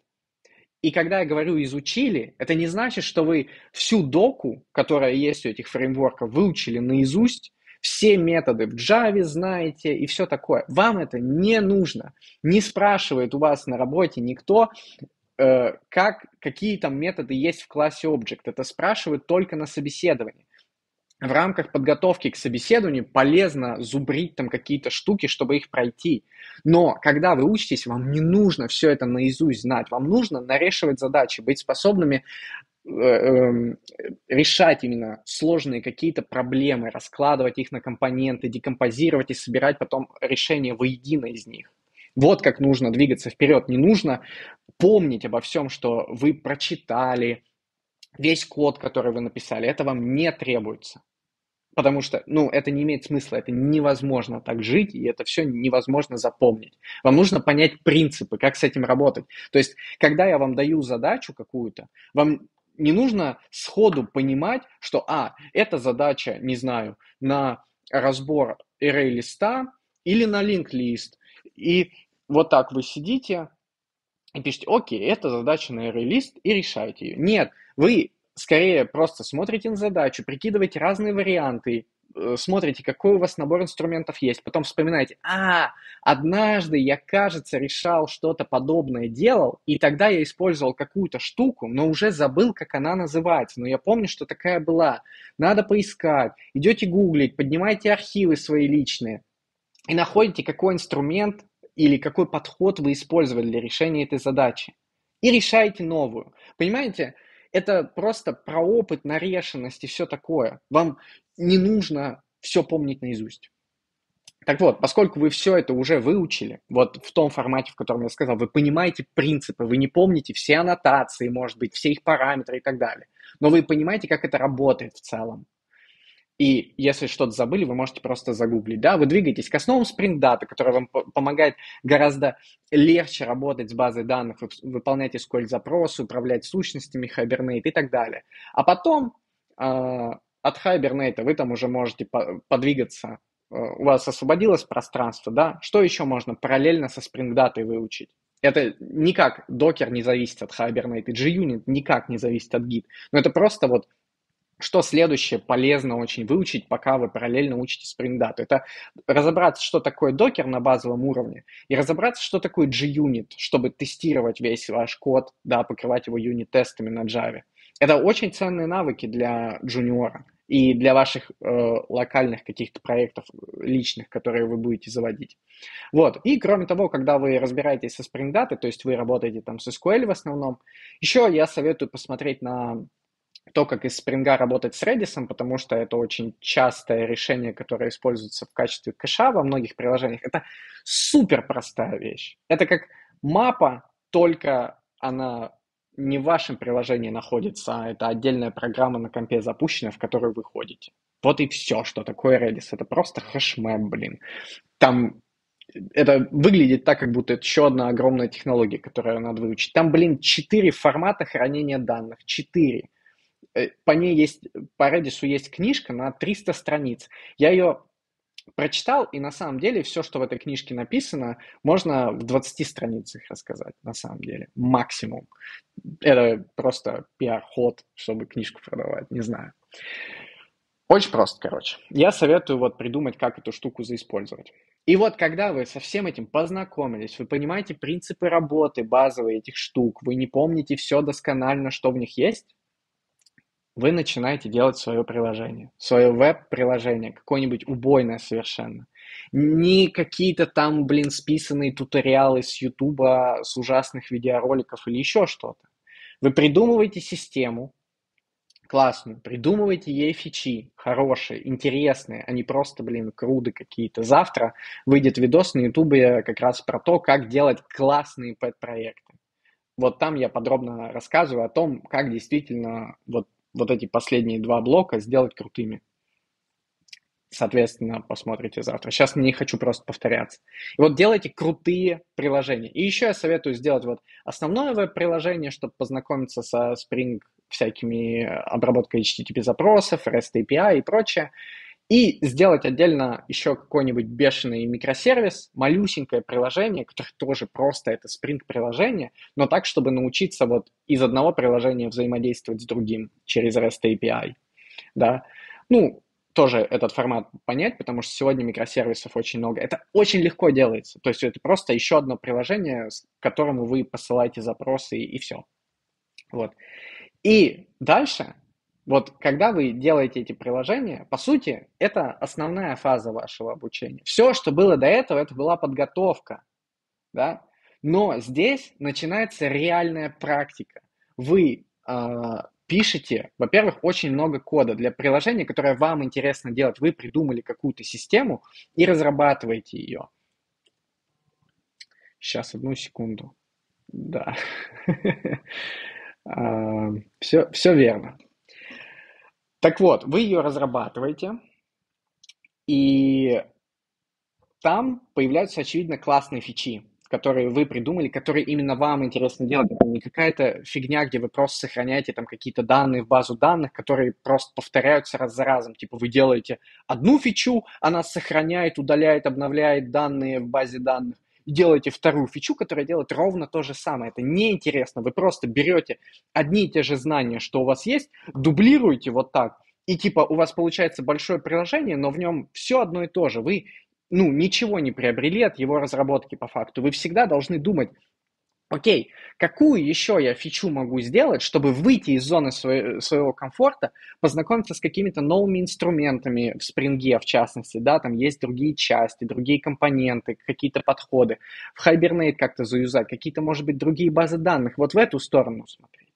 И когда я говорю «изучили», это не значит, что вы всю доку, которая есть у этих фреймворков, выучили наизусть, все методы в Java знаете и все такое. Вам это не нужно. Не спрашивает у вас на работе никто, э, как, какие там методы есть в классе Object. Это спрашивают только на собеседовании. В рамках подготовки к собеседованию полезно зубрить там какие-то штуки, чтобы их пройти. Но когда вы учитесь, вам не нужно все это наизусть знать. Вам нужно нарешивать задачи, быть способными э, э, решать именно сложные какие-то проблемы, раскладывать их на компоненты, декомпозировать и собирать потом решение воедино из них. Вот как нужно двигаться вперед. Не нужно помнить обо всем, что вы прочитали, весь код, который вы написали. Это вам не требуется. Потому что, ну, это не имеет смысла, это невозможно так жить, и это все невозможно запомнить. Вам нужно понять принципы, как с этим работать. То есть, когда я вам даю задачу какую-то, вам не нужно сходу понимать, что, а, эта задача, не знаю, на разбор array-листа или на link-лист. И вот так вы сидите и пишете, окей, это задача на array-лист, и решаете ее. Нет, вы скорее просто смотрите на задачу, прикидываете разные варианты, смотрите, какой у вас набор инструментов есть, потом вспоминаете, а, однажды я, кажется, решал что-то подобное, делал, и тогда я использовал какую-то штуку, но уже забыл, как она называется, но я помню, что такая была. Надо поискать, идете гуглить, поднимаете архивы свои личные и находите, какой инструмент или какой подход вы использовали для решения этой задачи. и решаете новую. Понимаете, это просто про опыт, нарешенность и все такое. Вам не нужно все помнить наизусть. Так вот, поскольку вы все это уже выучили, вот в том формате, в котором я сказал, вы понимаете принципы, вы не помните все аннотации, может быть, все их параметры и так далее, но вы понимаете, как это работает в целом. И если что-то забыли, вы можете просто загуглить. Да? Вы двигаетесь к основам Spring Data, которая вам помогает гораздо легче работать с базой данных, выполнять эс ку эль-запросы, управлять сущностями, Hibernate и так далее. А потом э, от Hibernate вы там уже можете подвигаться. У вас освободилось пространство, да? Что еще можно параллельно со Spring Data выучить? Это никак, докер не зависит от Hibernate, и JUnit никак не зависит от Git. Но это просто вот что следующее полезно очень выучить, пока вы параллельно учите Spring Data? Это разобраться, что такое докер на базовом уровне, и разобраться, что такое JUnit, чтобы тестировать весь ваш код, да, покрывать его юнит-тестами на Java. Это очень ценные навыки для джуниора и для ваших э, локальных каких-то проектов личных, которые вы будете заводить. Вот. И кроме того, когда вы разбираетесь со Spring Data, то есть вы работаете там с эс ку эль в основном, еще я советую посмотреть на то, как из Spring работать с Redis, потому что это очень частое решение, которое используется в качестве кэша во многих приложениях. Это супер простая вещь. Это как мапа, только она не в вашем приложении находится, а это отдельная программа на компе запущена, в которую вы ходите. Вот и все, что такое Redis. Это просто хэшмэп, блин. Там это выглядит так, как будто это еще одна огромная технология, которую надо выучить. Там, блин, четыре формата хранения данных. Четыре. По ней есть, по Redis есть книжка на триста страниц. Я ее прочитал, и на самом деле все, что в этой книжке написано, можно в двадцати страницах рассказать, на самом деле, максимум. Это просто пиар-ход, чтобы книжку продавать, не знаю. Очень просто, короче. Я советую вот придумать, как эту штуку заиспользовать. И вот когда вы со всем этим познакомились, вы понимаете принципы работы базовые этих штук, вы не помните все досконально, что в них есть, вы начинаете делать свое приложение, свое веб-приложение, какое-нибудь убойное совершенно. Не какие-то там, блин, списанные туториалы с Ютуба, с ужасных видеороликов или еще что-то. Вы придумываете систему классную, придумываете ей фичи хорошие, интересные, а не просто, блин, круды какие-то. Завтра выйдет видос на Ютубе как раз про то, как делать классные пэт-проекты. Вот там я подробно рассказываю о том, как действительно вот вот эти последние два блока сделать крутыми. Соответственно, посмотрите завтра. Сейчас не хочу просто повторяться. И вот делайте крутые приложения. И еще я советую сделать вот основное веб-приложение, чтобы познакомиться со Spring всякими обработкой эйч ти ти пи-запросов, REST эй пи ай и прочее. И сделать отдельно еще какой-нибудь бешеный микросервис, малюсенькое приложение, которое тоже просто это Spring-приложение, но так, чтобы научиться вот из одного приложения взаимодействовать с другим через REST эй пи ай. Да? Ну, тоже этот формат понять, потому что сегодня микросервисов очень много. Это очень легко делается. То есть это просто еще одно приложение, к которому вы посылаете запросы и, и все. Вот. И дальше... Вот когда вы делаете эти приложения, по сути, это основная фаза вашего обучения. Все, что было до этого, это была подготовка. Да? Но здесь начинается реальная практика. Вы э, пишете, во-первых, очень много кода для приложения, которое вам интересно делать. Вы придумали какую-то систему и разрабатываете ее. Сейчас, одну секунду. Да. Все, все верно. Так вот, вы ее разрабатываете, и там появляются, очевидно, классные фичи, которые вы придумали, которые именно вам интересно делать. Это не какая-то фигня, где вы просто сохраняете там какие-то данные в базу данных, которые просто повторяются раз за разом. Типа вы делаете одну фичу, она сохраняет, удаляет, обновляет данные в базе данных. И делаете вторую фичу, которая делает ровно то же самое. Это неинтересно. Вы просто берете одни и те же знания, что у вас есть, дублируете вот так, и типа у вас получается большое приложение, но в нем все одно и то же. Вы ну, ничего не приобрели от его разработки по факту. Вы всегда должны думать, Окей, какую еще я фичу могу сделать, чтобы выйти из зоны своей- своего комфорта, познакомиться с какими-то новыми инструментами в Spring, в частности, да, там есть другие части, другие компоненты, какие-то подходы, в Hibernate как-то заюзать, какие-то, может быть, другие базы данных, вот в эту сторону смотреть.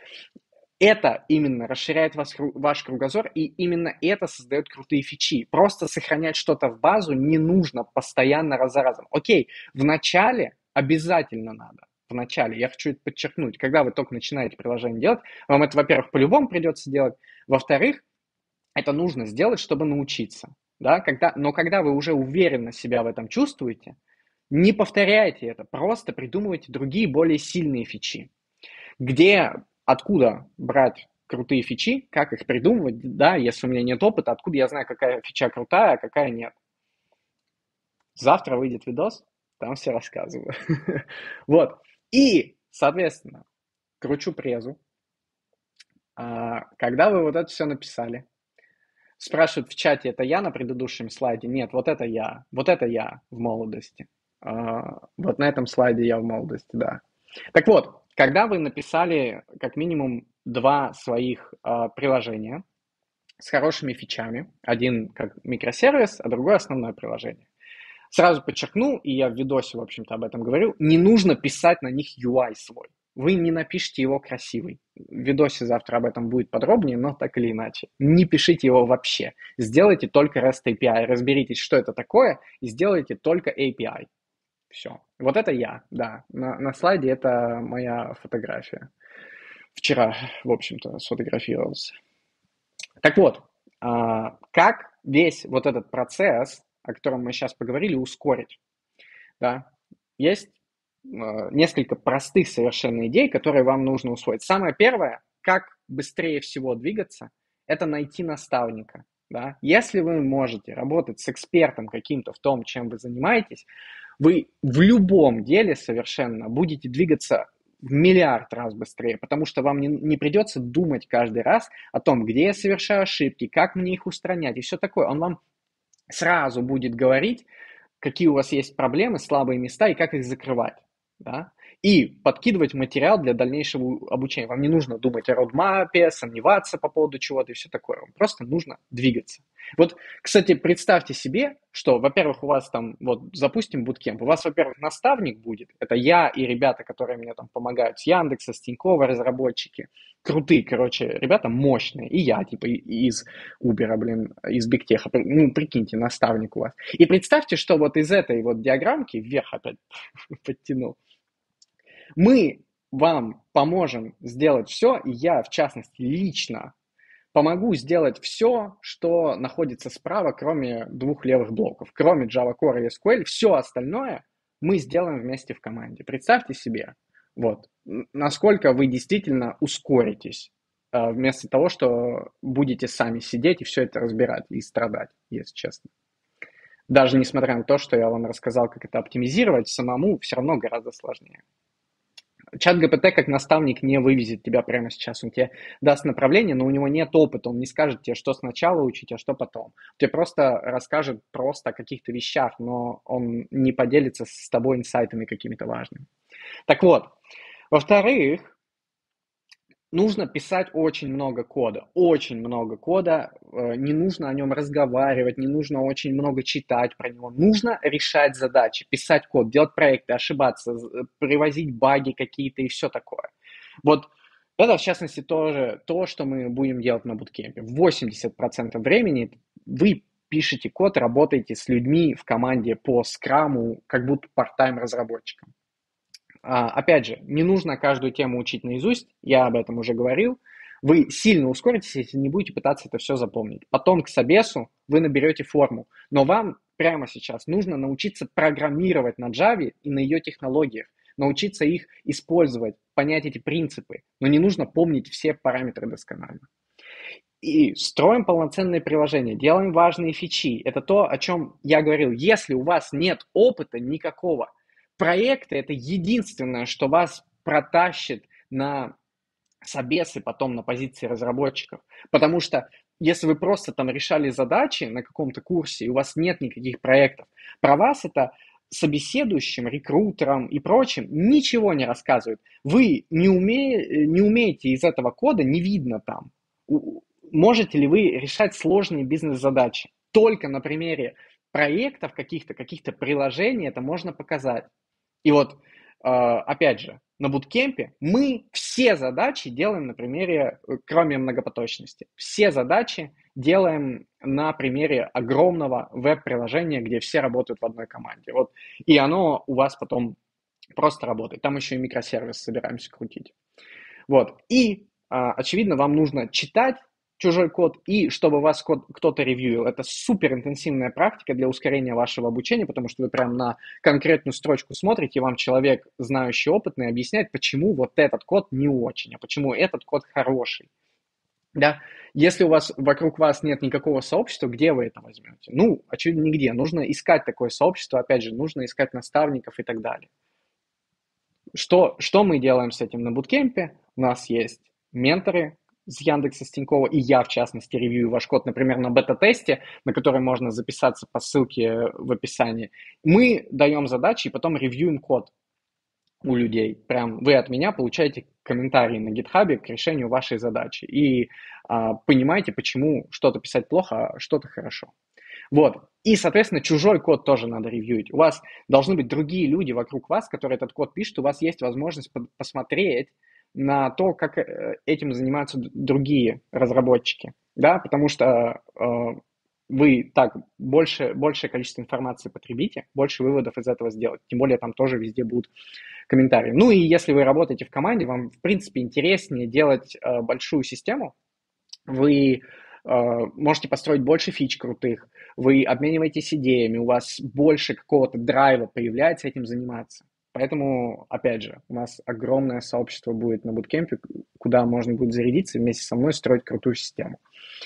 Это именно расширяет вас, ваш кругозор, и именно это создает крутые фичи. Просто сохранять что-то в базу не нужно постоянно раз за разом. Окей, в начале обязательно надо. В начале, я хочу это подчеркнуть, когда вы только начинаете приложение делать, вам это, во-первых, по-любому придется делать, во-вторых, это нужно сделать, чтобы научиться. Да? Когда, но когда вы уже уверенно себя в этом чувствуете, не повторяйте это, просто придумывайте другие, более сильные фичи. Где, откуда брать крутые фичи, как их придумывать, да, если у меня нет опыта, откуда я знаю, какая фича крутая, а какая нет. Завтра выйдет видос, там все рассказываю. Вот. И, соответственно, кручу презу. А, когда вы вот это все написали, спрашивают в чате, это я на предыдущем слайде? Нет, вот это я. Вот это я в молодости. А, вот на этом слайде я в молодости, да. Так вот, когда вы написали как минимум два своих а, приложения с хорошими фичами, один как микросервис, а другое основное приложение. Сразу подчеркну, и я в видосе, в общем-то, об этом говорю, не нужно писать на них ю ай свой. Вы не напишите его красивый. В видосе завтра об этом будет подробнее, но так или иначе. Не пишите его вообще. Сделайте только REST эй пи ай. Разберитесь, что это такое, и сделайте только эй пи ай. Все. Вот это я, да. На, на слайде это моя фотография. Вчера, в общем-то, сфотографировался. Так вот, а, как весь вот этот процесс, о котором мы сейчас поговорили, ускорить? Да? Есть а, несколько простых совершенно идей, которые вам нужно усвоить. Самое первое, как быстрее всего двигаться, это найти наставника. Да? Если вы можете работать с экспертом каким-то в том, чем вы занимаетесь, вы в любом деле совершенно будете двигаться в миллиард раз быстрее, потому что вам не, не придется думать каждый раз о том, где я совершаю ошибки, как мне их устранять и все такое. Он вам сразу будет говорить, какие у вас есть проблемы, слабые места и как их закрывать. Да? И подкидывать материал для дальнейшего обучения. Вам не нужно думать о родмапе, сомневаться по поводу чего-то и все такое. Вам просто нужно двигаться. Вот, кстати, представьте себе, что, во-первых, у вас там, вот, запустим буткемп, у вас, во-первых, наставник будет, это я и ребята, которые мне там помогают с Яндекса, с Тинькова, разработчики, крутые, короче, ребята мощные, и я, типа, из Uber, блин, из Бигтеха, ну, прикиньте, наставник у вас. И представьте, что вот из этой вот диаграммки, вверх опять подтянул, мы вам поможем сделать все, и я, в частности, лично помогу сделать все, что находится справа, кроме двух левых блоков. Кроме Java Core и эс ку эль, все остальное мы сделаем вместе в команде. Представьте себе, вот, насколько вы действительно ускоритесь, вместо того, что будете сами сидеть и все это разбирать и страдать, если честно. Даже несмотря на то, что я вам рассказал, как это оптимизировать, самому все равно гораздо сложнее. Чат джи пи ти как наставник не вывезет тебя прямо сейчас. Он тебе даст направление, но у него нет опыта. Он не скажет тебе, что сначала учить, а что потом. Он тебе просто расскажет просто о каких-то вещах, но он не поделится с тобой инсайтами какими-то важными. Так вот, во-вторых, нужно писать очень много кода, очень много кода, не нужно о нем разговаривать, не нужно очень много читать про него, нужно решать задачи, писать код, делать проекты, ошибаться, привозить баги какие-то и все такое. Вот это, в частности, тоже то, что мы будем делать на буткемпе. восемьдесят процентов времени вы пишете код, работаете с людьми в команде по скраму, как будто part-time разработчиком. Опять же, не нужно каждую тему учить наизусть, я об этом уже говорил. Вы сильно ускоритесь, если не будете пытаться это все запомнить. Потом к собесу вы наберете форму, но вам прямо сейчас нужно научиться программировать на Java и на ее технологиях, научиться их использовать, понять эти принципы, но не нужно помнить все параметры досконально. И строим полноценные приложения, делаем важные фичи. Это то, о чем я говорил. Если у вас нет опыта никакого, проекты – это единственное, что вас протащит на собесы, потом на позиции разработчиков. Потому что если вы просто там решали задачи на каком-то курсе, и у вас нет никаких проектов, про вас это собеседующим, рекрутерам и прочим ничего не рассказывают. Вы не, уме... не умеете из этого кода, не видно там. Можете ли вы решать сложные бизнес-задачи? Только на примере проектов каких-то, каких-то приложений это можно показать. И вот, опять же, на буткемпе мы все задачи делаем на примере, кроме многопоточности, все задачи делаем на примере огромного веб-приложения, где все работают в одной команде. Вот. И оно у вас потом просто работает. Там еще и микросервис собираемся крутить. Вот. И, очевидно, вам нужно читать чужой код, и чтобы вас код, кто-то ревьюил. Это супер интенсивная практика для ускорения вашего обучения, потому что вы прям на конкретную строчку смотрите, и вам человек, знающий, опытный, объясняет, почему вот этот код не очень, а почему этот код хороший. Да? Если у вас вокруг вас нет никакого сообщества, где вы это возьмете? Ну, очевидно, нигде. Нужно искать такое сообщество, опять же, нужно искать наставников и так далее. Что, что мы делаем с этим на буткемпе? У нас есть менторы с Яндекса, с Тинькова, и я, в частности, ревью ваш код, например, на бета-тесте, на который можно записаться по ссылке в описании. Мы даем задачи и потом ревьюем код у людей. Прям вы от меня получаете комментарии на GitHub к решению вашей задачи и а, понимаете, почему что-то писать плохо, а что-то хорошо. Вот. И, соответственно, чужой код тоже надо ревьюить. У вас должны быть другие люди вокруг вас, которые этот код пишут. У вас есть возможность посмотреть на то, как этим занимаются другие разработчики. Да? Потому что э, вы так больше, большее количество информации потребите, больше выводов из этого сделать. Тем более там тоже везде будут комментарии. Ну и если вы работаете в команде, вам, в принципе, интереснее делать э, большую систему. Вы можете построить больше фич крутых, вы обмениваетесь идеями, у вас больше какого-то драйва появляется этим заниматься. Поэтому, опять же, у нас огромное сообщество будет на буткемпе, куда можно будет зарядиться и вместе со мной строить крутую систему.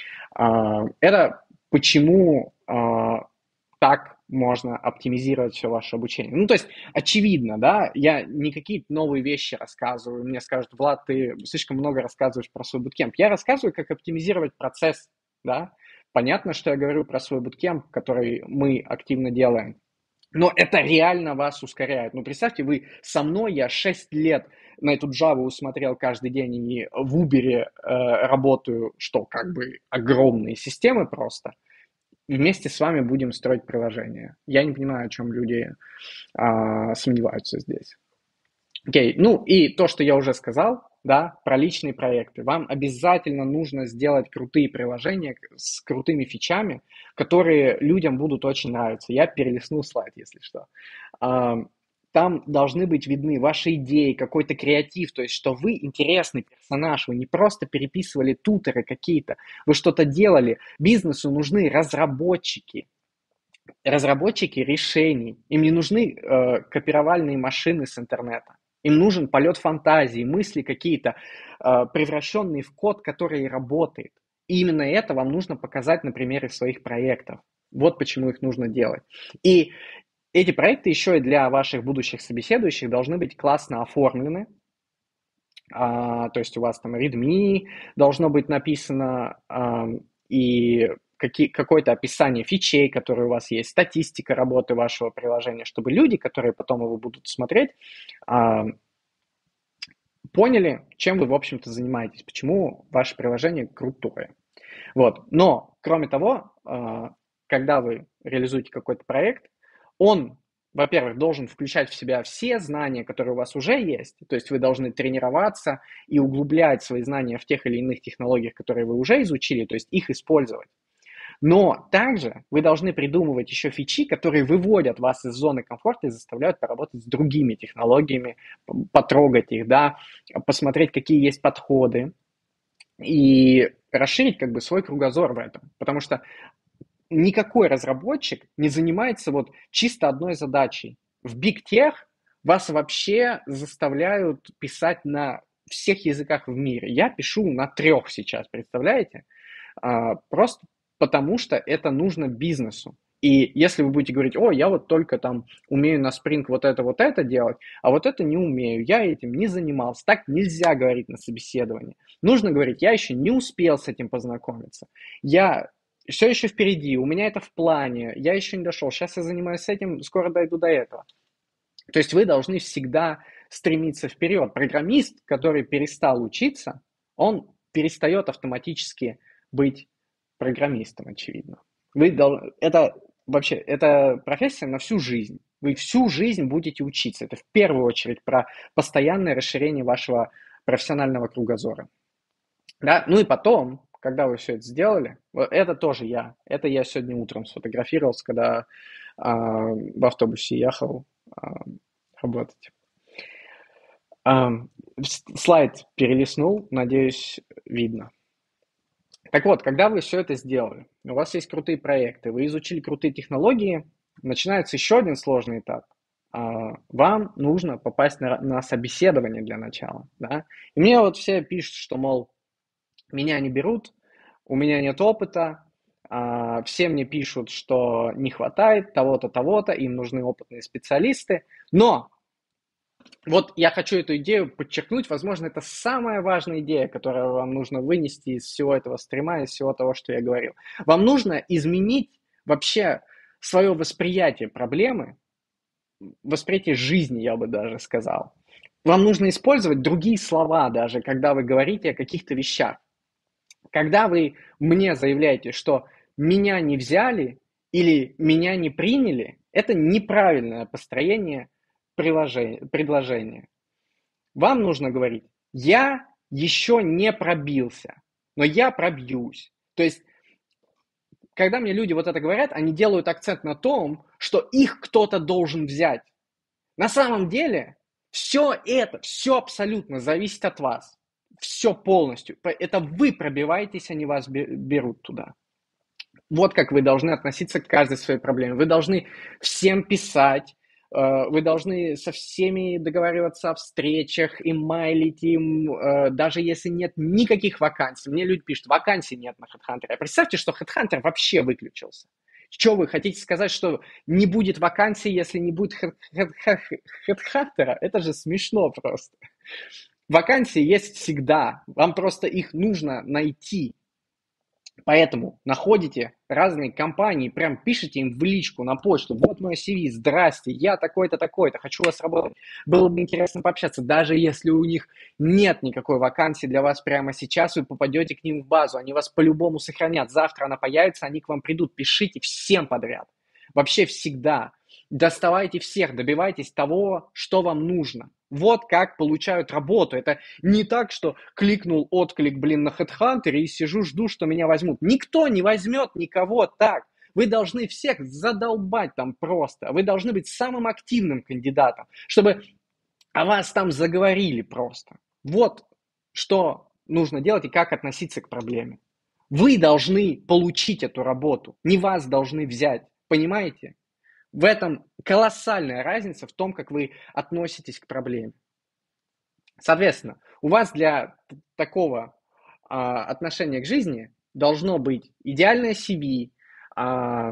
Это почему так можно оптимизировать все ваше обучение. Ну, то есть, очевидно, да, я не какие-то новые вещи рассказываю, мне скажут, Влад, ты слишком много рассказываешь про свой буткемп. Я рассказываю, как оптимизировать процесс, да. Понятно, что я говорю про свой буткемп, который мы активно делаем, но это реально вас ускоряет. Ну, представьте, вы со мной, я шесть лет на эту Java усмотрел каждый день, и в Uber э, работаю, что как бы огромные системы просто. Вместе с вами будем строить приложение. Я не понимаю, о чем люди а, сомневаются здесь. Окей, ну и то, что я уже сказал, да, про личные проекты. Вам обязательно нужно сделать крутые приложения с крутыми фичами, которые людям будут очень нравиться. Я перелистнул слайд, если что. Там должны быть видны ваши идеи, какой-то креатив, то есть что вы интересный персонаж, вы не просто переписывали тутеры какие-то, вы что-то делали. Бизнесу нужны разработчики, разработчики решений. Им не нужны э, копировальные машины с интернета. Им нужен полет фантазии, мысли какие-то, э, превращенные в код, который работает. И именно это вам нужно показать на примере своих проектов. Вот почему их нужно делать. И эти проекты еще и для ваших будущих собеседующих должны быть классно оформлены. А, то есть у вас там readme должно быть написано, а, и какие, какое-то описание фичей, которые у вас есть, статистика работы вашего приложения, чтобы люди, которые потом его будут смотреть, а, поняли, чем вы, в общем-то, занимаетесь, почему ваше приложение крутое. Вот. Но, кроме того, а, когда вы реализуете какой-то проект, он, во-первых, должен включать в себя все знания, которые у вас уже есть, то есть вы должны тренироваться и углублять свои знания в тех или иных технологиях, которые вы уже изучили, то есть их использовать. Но также вы должны придумывать еще фичи, которые выводят вас из зоны комфорта и заставляют поработать с другими технологиями, потрогать их, да, посмотреть, какие есть подходы и расширить как бы свой кругозор в этом. Потому что никакой разработчик не занимается вот чисто одной задачей. В Big Tech вас вообще заставляют писать на всех языках в мире. Я пишу на трех сейчас, представляете? А, просто потому что это нужно бизнесу. И если вы будете говорить, о, я вот только там умею на Spring вот это, вот это делать, а вот это не умею, я этим не занимался. Так нельзя говорить на собеседовании. Нужно говорить, я еще не успел с этим познакомиться. Я все еще впереди, у меня это в плане, я еще не дошел, сейчас я занимаюсь этим, скоро дойду до этого. То есть вы должны всегда стремиться вперед. Программист, который перестал учиться, он перестает автоматически быть программистом, очевидно. Вы дол... Это вообще, это профессия на всю жизнь. Вы всю жизнь будете учиться. Это в первую очередь про постоянное расширение вашего профессионального кругозора. Да? Ну и потом, когда вы все это сделали, это тоже я. Это я сегодня утром сфотографировался, когда а, в автобусе ехал а, работать. А, слайд перелистнул, надеюсь, видно. Так вот, когда вы все это сделали, у вас есть крутые проекты, вы изучили крутые технологии, начинается еще один сложный этап. А, вам нужно попасть на, на собеседование для начала. Да? И мне вот все пишут, что, мол, меня не берут, у меня нет опыта, а, все мне пишут, что не хватает того-то, того-то, им нужны опытные специалисты. Но вот я хочу эту идею подчеркнуть, возможно, это самая важная идея, которую вам нужно вынести из всего этого стрима, из всего того, что я говорил. Вам нужно изменить вообще свое восприятие проблемы, восприятие жизни, я бы даже сказал. Вам нужно использовать другие слова даже, когда вы говорите о каких-то вещах. Когда вы мне заявляете, что меня не взяли или меня не приняли, это неправильное построение предложения. Вам нужно говорить, я еще не пробился, но я пробьюсь. То есть, когда мне люди вот это говорят, они делают акцент на том, что их кто-то должен взять. На самом деле, все это, все абсолютно зависит от вас. Все полностью. Это вы пробиваетесь, они вас берут туда. Вот как вы должны относиться к каждой своей проблеме. Вы должны всем писать, вы должны со всеми договариваться о встречах, имейлить им, даже если нет никаких вакансий. Мне люди пишут, вакансий нет на HeadHunter. Представьте, что HeadHunter вообще выключился. Что вы хотите сказать, что не будет вакансий, если не будет HeadHunter? Это же смешно просто. Вакансии есть всегда, вам просто их нужно найти. Поэтому находите разные компании, прям пишите им в личку, на почту, вот мой си ви, здрасте, я такой-то, такой-то, хочу у вас работать. Было бы интересно пообщаться, даже если у них нет никакой вакансии для вас прямо сейчас, вы попадете к ним в базу, они вас по-любому сохранят. Завтра она появится, они к вам придут, пишите всем подряд. Вообще всегда. Доставайте всех, добивайтесь того, что вам нужно. Вот как получают работу. Это не так, что кликнул отклик, блин, на HeadHunter и сижу, жду, что меня возьмут. Никто не возьмет никого так. Вы должны всех задолбать там просто. Вы должны быть самым активным кандидатом, чтобы о вас там заговорили просто. Вот что нужно делать и как относиться к проблеме. Вы должны получить эту работу, не вас должны взять. Понимаете? В этом колоссальная разница в том, как вы относитесь к проблеме. Соответственно, у вас для такого а, отношения к жизни должно быть идеальное си ви, а,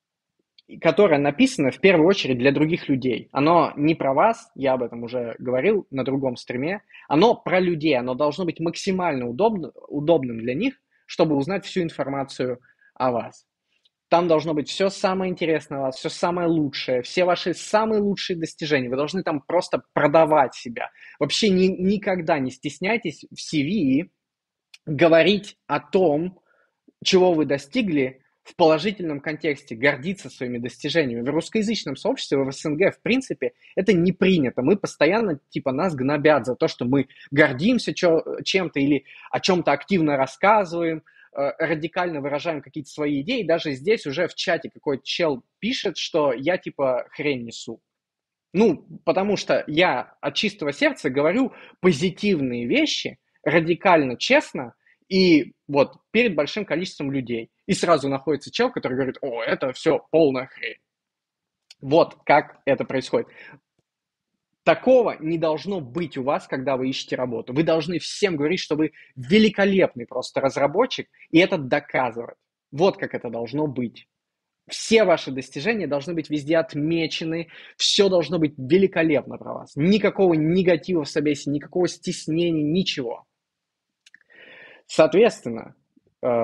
которое написано в первую очередь для других людей. Оно не про вас, я об этом уже говорил на другом стриме, оно про людей, оно должно быть максимально удобно, удобным для них, чтобы узнать всю информацию о вас. Там должно быть все самое интересное у вас, все самое лучшее, все ваши самые лучшие достижения. Вы должны там просто продавать себя. Вообще ни, никогда не стесняйтесь в си ви говорить о том, чего вы достигли в положительном контексте, гордиться своими достижениями. В русскоязычном сообществе, в эс эн гэ, в принципе, это не принято. Мы постоянно, типа, нас гнобят за то, что мы гордимся чем-то или о чем-то активно рассказываем, радикально выражаем какие-то свои идеи. Даже здесь уже в чате какой-то чел пишет, что я типа хрень несу. Ну, потому что я от чистого сердца говорю позитивные вещи, радикально честно, и вот перед большим количеством людей. И сразу находится чел, который говорит, о, это все полная хрень. Вот как это происходит. Такого не должно быть у вас, когда вы ищете работу. Вы должны всем говорить, что вы великолепный просто разработчик, и это доказывать. Вот как это должно быть. Все ваши достижения должны быть везде отмечены, все должно быть великолепно про вас. Никакого негатива в собесе, никакого стеснения, ничего. Соответственно,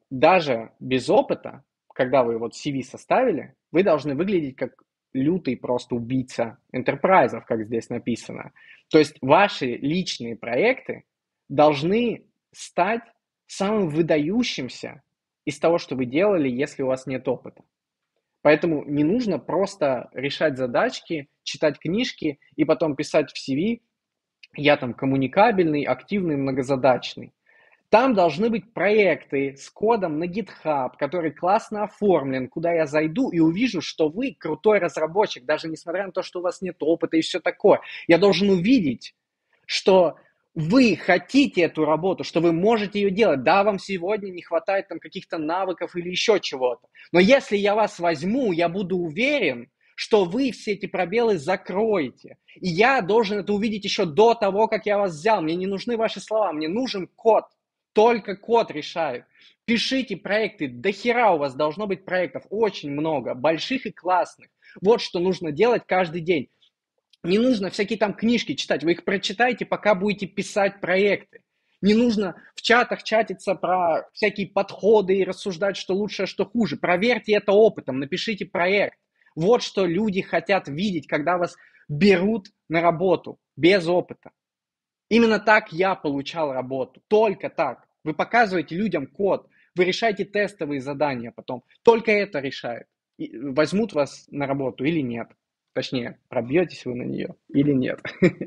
даже без опыта, когда вы вот си ви составили, вы должны выглядеть как лютый просто убийца энтерпрайзов, как здесь написано. То есть ваши личные проекты должны стать самым выдающимся из того, что вы делали, если у вас нет опыта. Поэтому не нужно просто решать задачки, читать книжки и потом писать в си ви: я там коммуникабельный, активный, многозадачный. Там должны быть проекты с кодом на GitHub, который классно оформлен, куда я зайду и увижу, что вы крутой разработчик, даже несмотря на то, что у вас нет опыта и все такое. Я должен увидеть, что вы хотите эту работу, что вы можете ее делать. Да, вам сегодня не хватает там каких-то навыков или еще чего-то. Но если я вас возьму, я буду уверен, что вы все эти пробелы закроете. И я должен это увидеть еще до того, как я вас взял. Мне не нужны ваши слова, мне нужен код. Только код решает. Пишите проекты, до хера у вас должно быть проектов, очень много, больших и классных. Вот что нужно делать каждый день. Не нужно всякие там книжки читать, вы их прочитаете, пока будете писать проекты. Не нужно в чатах чатиться про всякие подходы и рассуждать, что лучше, а что хуже. Проверьте это опытом, напишите проект. Вот что люди хотят видеть, когда вас берут на работу без опыта. Именно так я получал работу, только так. Вы показываете людям код, вы решаете тестовые задания потом. Только это решает, возьмут вас на работу или нет. Точнее, пробьетесь вы на нее или нет.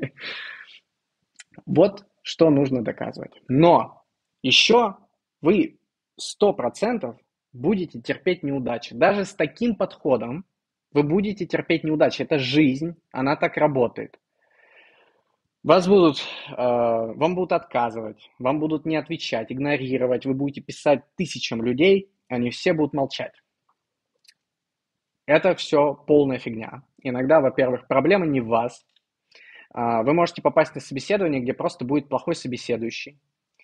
Вот что нужно доказывать. Но еще вы сто процентов будете терпеть неудачи. Даже с таким подходом вы будете терпеть неудачи. Это жизнь, она так работает. Вас будут, э, вам будут отказывать, вам будут не отвечать, игнорировать, вы будете писать тысячам людей, они все будут молчать. Это все полная фигня. Иногда, во-первых, проблема не в вас. Вы можете попасть на собеседование, где просто будет плохой собеседующий.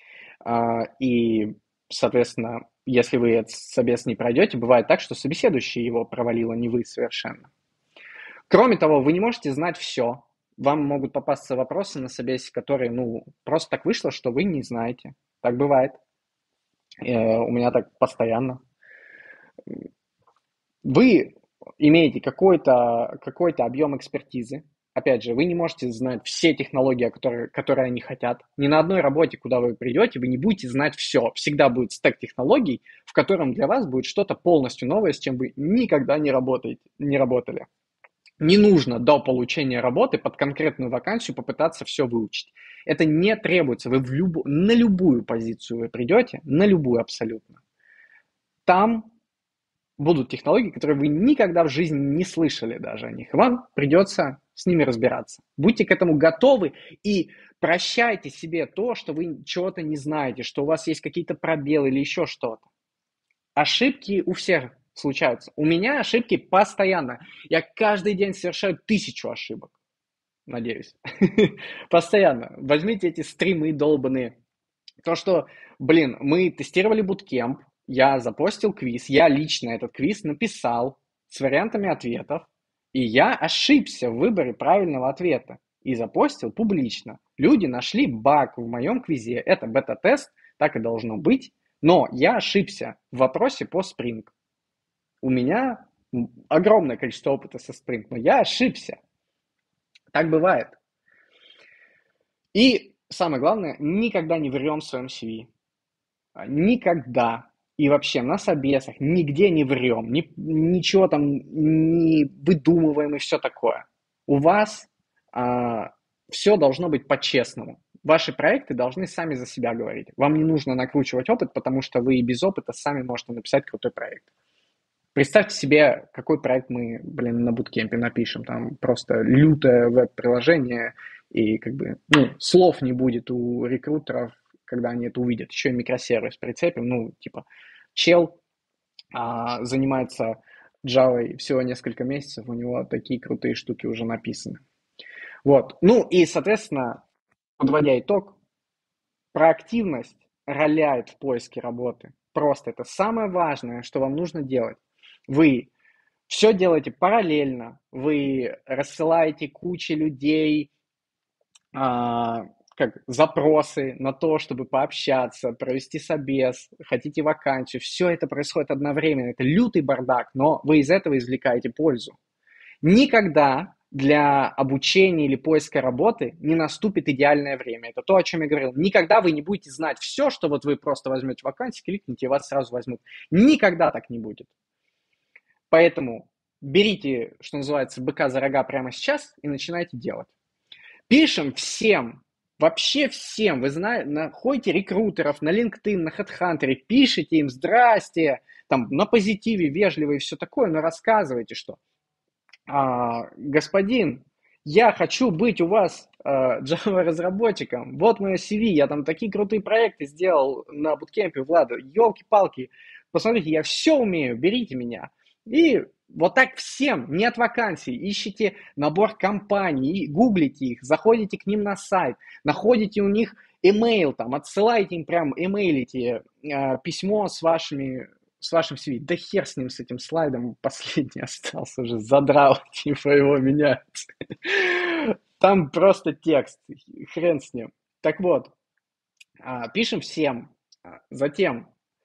И, соответственно, если вы этот собес не пройдете, бывает так, что собеседующий его провалил, а не вы совершенно. Кроме того, вы не можете знать все. Вам могут попасться вопросы на собесе, которые, ну, просто так вышло, что вы не знаете. Так бывает. У меня так постоянно. Вы имеете какой-то какой-то объем экспертизы. Опять же, вы не можете знать все технологии, которые, которые они хотят. Ни на одной работе, куда вы придете, вы не будете знать все. Всегда будет стек технологий, в котором для вас будет что-то полностью новое, с чем вы никогда не работаете, не работали. Не нужно до получения работы под конкретную вакансию попытаться все выучить. Это не требуется. Вы в любу, на любую позицию вы придете, на любую абсолютно. Там будут технологии, которые вы никогда в жизни не слышали даже о них. Вам придется с ними разбираться. Будьте к этому готовы и прощайте себе то, что вы чего-то не знаете, что у вас есть какие-то пробелы или еще что-то. Ошибки у всех случаются. У меня ошибки постоянно. Я каждый день совершаю тысячу ошибок. Надеюсь. Постоянно. Возьмите эти стримы долбаные. То, что, блин, мы тестировали буткемп, я запостил квиз, я лично этот квиз написал с вариантами ответов, и я ошибся в выборе правильного ответа и запостил публично. Люди нашли баг в моем квизе, это бета-тест, так и должно быть, но я ошибся в вопросе по Spring. У меня огромное количество опыта со Spring, но я ошибся. Так бывает. И самое главное, никогда не врем в своем си ви. Никогда. И вообще на собесах нигде не врем, ни, ничего там не выдумываем и все такое. У вас а, все должно быть по-честному. Ваши проекты должны сами за себя говорить. Вам не нужно накручивать опыт, потому что вы и без опыта сами можете написать крутой проект. Представьте себе, какой проект мы, блин, на буткемпе напишем. Там просто лютое веб-приложение, и как бы, ну, слов не будет у рекрутеров, когда они это увидят. Еще и микросервис прицепим, ну, типа, чел а, занимается Java всего несколько месяцев, у него такие крутые штуки уже написаны. Вот. Ну и, соответственно, подводя итог, проактивность роляет в поиске работы. Просто это самое важное, что вам нужно делать. Вы все делаете параллельно, вы рассылаете куче людей, как запросы на то, чтобы пообщаться, провести собес, хотите вакансию. Все это происходит одновременно. Это лютый бардак, но вы из этого извлекаете пользу. Никогда для обучения или поиска работы не наступит идеальное время. Это то, о чем я говорил. Никогда вы не будете знать все, что вот вы просто возьмете вакансию, кликните, и вас сразу возьмут. Никогда так не будет. Поэтому берите, что называется, быка за рога прямо сейчас и начинайте делать. Пишем всем, вообще всем. Вы знаете, находите рекрутеров на LinkedIn, на HeadHunter, пишите им «Здрасте», там, на позитиве, вежливо и все такое, но рассказывайте, что а, господин, я хочу быть у вас а, Java-разработчиком, вот мое си ви, я там такие крутые проекты сделал на буткемпе Влада, елки-палки, посмотрите, я все умею, берите меня. И вот так всем, нет вакансий, ищите набор компаний, гуглите их, заходите к ним на сайт, находите у них email, там, отсылаете им прям, эмейлите э, письмо с вашими, с вашим си ви. Да хер с ним, с этим слайдом, последний остался уже, задрал, типа его менять. Там просто текст, хрен с ним. Так вот, пишем всем, затем,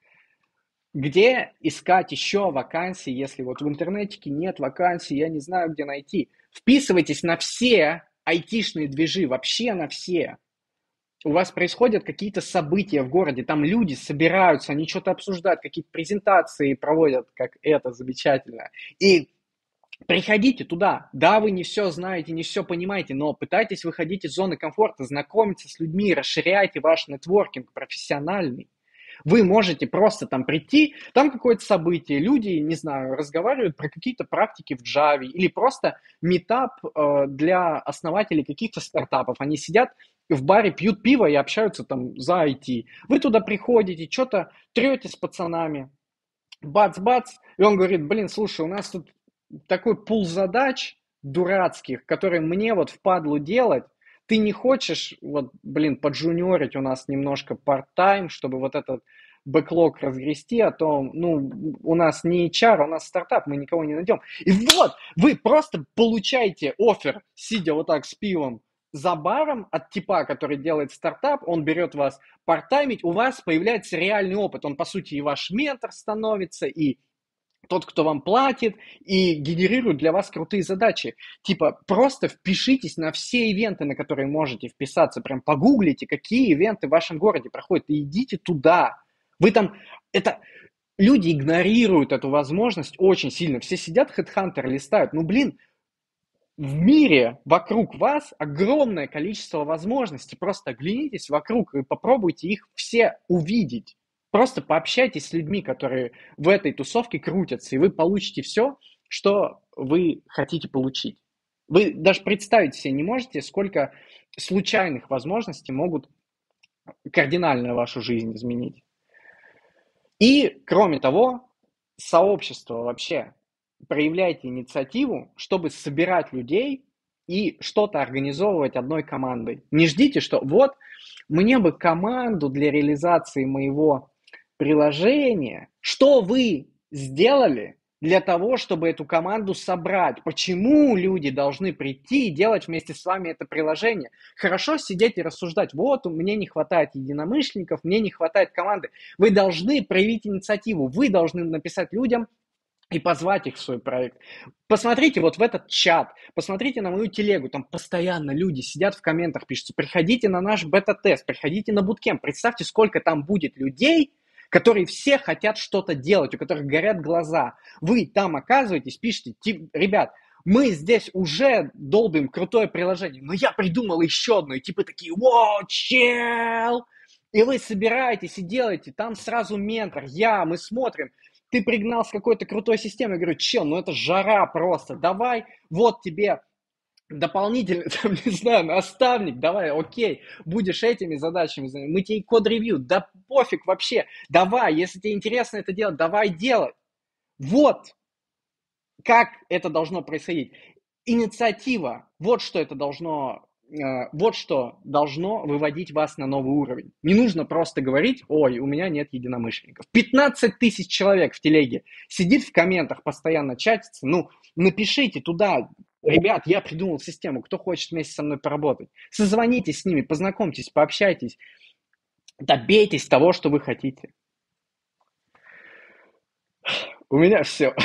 где искать еще вакансии, если вот в интернете нет вакансий, я не знаю, где найти. Вписывайтесь на все айтишные движи, вообще на все. У вас происходят какие-то события в городе, там люди собираются, они что-то обсуждают, какие-то презентации проводят, как это замечательно. И приходите туда. Да, вы не все знаете, не все понимаете, но пытайтесь выходить из зоны комфорта, знакомиться с людьми, расширяйте ваш нетворкинг профессиональный. Вы можете просто там прийти, там какое-то событие, люди, не знаю, разговаривают про какие-то практики в Java или просто митап э, для основателей каких-то стартапов. Они сидят в баре, пьют пиво и общаются там за ай ти. Вы туда приходите, что-то трете с пацанами, бац-бац, и он говорит, блин, слушай, у нас тут такой пул задач дурацких, которые мне вот впадлу делать, ты не хочешь, вот, блин, поджуниорить у нас немножко part-time, чтобы вот этот бэклог разгрести, а то, ну, у нас не эйч ар, у нас стартап, мы никого не найдем. И вот, вы просто получаете оффер, сидя вот так с пивом за баром от типа, который делает стартап, он берет вас part-таймить, у вас появляется реальный опыт, он, по сути, и ваш ментор становится, и тот, кто вам платит и генерирует для вас крутые задачи. Типа, просто впишитесь на все ивенты, на которые можете вписаться. Прям погуглите, какие ивенты в вашем городе проходят, и идите туда. Вы там, это, люди игнорируют эту возможность очень сильно. Все сидят, HeadHunter листают. Ну, блин, в мире вокруг вас огромное количество возможностей. Просто оглянитесь вокруг и попробуйте их все увидеть. Просто пообщайтесь с людьми, которые в этой тусовке крутятся, и вы получите все, что вы хотите получить. Вы даже представить себе не можете, сколько случайных возможностей могут кардинально вашу жизнь изменить. И, кроме того, сообщество вообще. Проявляйте инициативу, чтобы собирать людей и что-то организовывать одной командой. Не ждите, что вот мне бы команду для реализации моего приложения. Что вы сделали для того, чтобы эту команду собрать? Почему люди должны прийти и делать вместе с вами это приложение? Хорошо сидеть и рассуждать. Вот, мне не хватает единомышленников, мне не хватает команды. Вы должны проявить инициативу. Вы должны написать людям и позвать их в свой проект. Посмотрите вот в этот чат, посмотрите на мою телегу, там постоянно люди сидят в комментах, пишутся, приходите на наш бета-тест, приходите на буткемп, представьте, сколько там будет людей, которые все хотят что-то делать, у которых горят глаза. Вы там оказываетесь, пишите, типа, ребят, мы здесь уже долбим крутое приложение, но я придумал еще одно, и типа такие, вау, чел! И вы собираетесь и делаете, там сразу ментор, я, мы смотрим, ты пригнал с какой-то крутой системой, я говорю, чел, ну это жара просто, давай, вот тебе дополнительный, там, не знаю, наставник, давай, окей, будешь этими задачами, мы тебе код-ревью, да пофиг вообще, давай, если тебе интересно это делать, давай делать. Вот как это должно происходить. Инициатива, вот что это должно, э, вот что должно выводить вас на новый уровень. Не нужно просто говорить, ой, у меня нет единомышленников. пятнадцать тысяч человек в телеге сидит в комментах, постоянно чатится, ну, напишите туда, Ребят, я придумал систему, кто хочет вместе со мной поработать. Созвонитесь с ними, познакомьтесь, пообщайтесь, добейтесь того, что вы хотите. У меня все.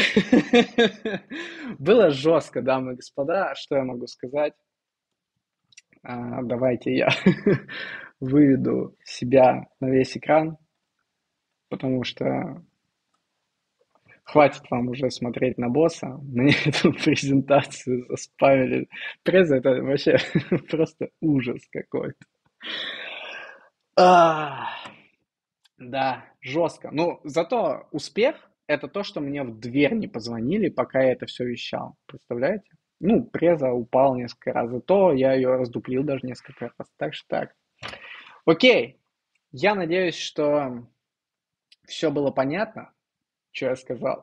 Было жестко, дамы и господа. Что я могу сказать? А, давайте я выведу себя на весь экран, потому что хватит вам уже смотреть на босса. Мне эту презентацию заспамили. Преза — это вообще просто ужас какой-то. А, да, жестко. Ну, зато успех — это то, что мне в дверь не позвонили, пока я это все вещал. Представляете? Ну, преза упал несколько раз, зато я ее раздуплил даже несколько раз. Так что так. Окей. Я надеюсь, что все было понятно, что я сказал.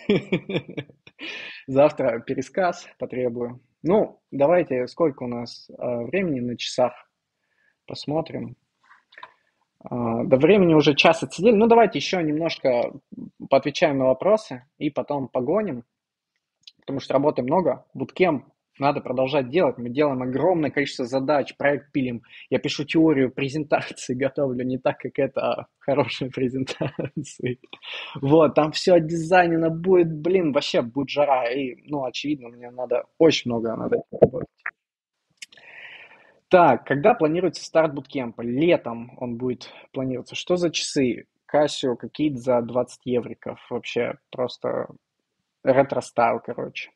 Завтра пересказ потребую. Ну, давайте, сколько у нас э, времени на часах? Посмотрим. А, до времени уже час отсидели. Ну, давайте еще немножко поотвечаем на вопросы и потом погоним, потому что работы много. Буткемп надо продолжать делать. Мы делаем огромное количество задач, проект пилим. Я пишу теорию презентации, готовлю не так, как это, а хорошие презентации. Вот, там все дизайнено будет, блин, вообще будет жара. И, ну, очевидно, мне надо очень много над этим работать. Так, когда планируется старт буткемпа? Летом он будет планироваться. Что за часы? Casio какие-то за двадцать евриков. Вообще просто ретро-стайл, короче.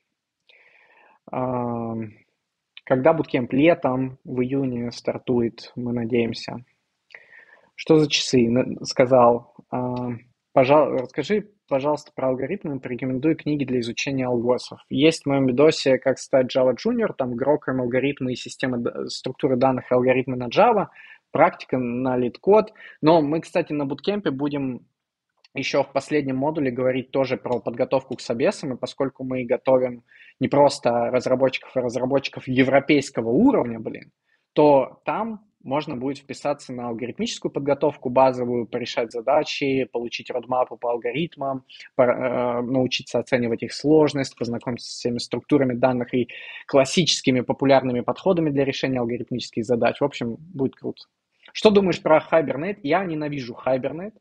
Ам, Когда буткемп? Летом, в июне стартует, мы надеемся. Что за часы? На- Сказал. А, пожал- расскажи, пожалуйста, про алгоритмы, порекомендуй книги для изучения алгосов. Есть в моем видосе «Как стать Java Junior», там грокаем алгоритмы и системы д- структуры данных и алгоритмы на Java, практика на лид-код. Но мы, кстати, на буткемпе будем еще в последнем модуле говорить тоже про подготовку к собесам, и поскольку мы готовим не просто разработчиков, а разработчиков европейского уровня, блин, то там можно будет вписаться на алгоритмическую подготовку базовую, порешать задачи, получить родмапу по алгоритмам, по, э, научиться оценивать их сложность, познакомиться с всеми структурами данных и классическими популярными подходами для решения алгоритмических задач. В общем, будет круто. Что думаешь про Hibernate? Я ненавижу Hibernate,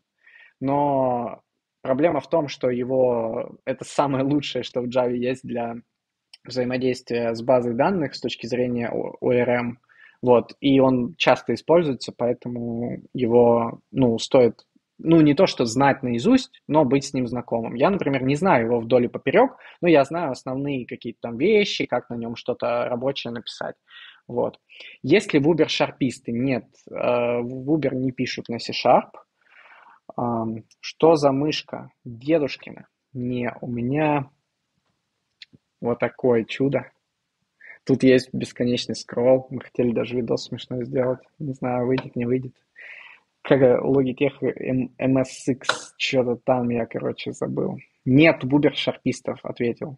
но проблема в том, что его это самое лучшее, что в Java есть для взаимодействия с базой данных с точки зрения о эр эм. Вот, и он часто используется, поэтому его, ну, стоит, ну, не то, что знать наизусть, но быть с ним знакомым. Я, например, не знаю его вдоль и поперек, но я знаю основные какие-то там вещи, как на нем что-то рабочее написать. Вот. Есть ли в Uber шарписты? Нет, э, в Uber не пишут на C-Sharp. Ам, Что за мышка? Дедушкина. Не, у меня вот такое чудо. Тут есть бесконечный скролл. Мы хотели даже видос смешной сделать. Не знаю, выйдет, не выйдет. Как Logitech эм эс икс, что-то там я, короче, забыл. Нет бубер-шарпистов, ответил.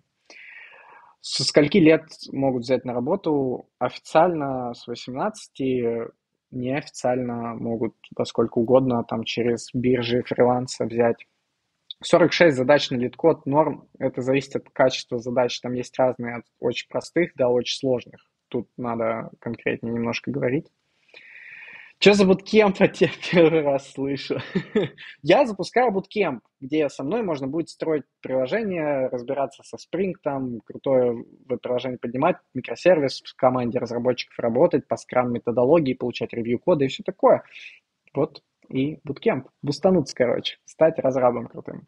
Со скольки лет могут взять на работу? Официально с восемнадцати, неофициально могут во сколько угодно, там через биржи фриланса взять. сорок шесть задач на лид-код норм. Это зависит от качества задач. Там есть разные, от очень простых до очень сложных. Тут надо конкретнее немножко говорить. Что за буткемп? Я тебя первый раз слышу. Я запускаю буткемп, где со мной можно будет строить приложение, разбираться со Spring, там, крутое веб-приложение поднимать, микросервис в команде разработчиков работать, по скрам-методологии, получать ревью кода и все такое. Вот и буткемп. Бустануться, короче. Стать разрабом крутым.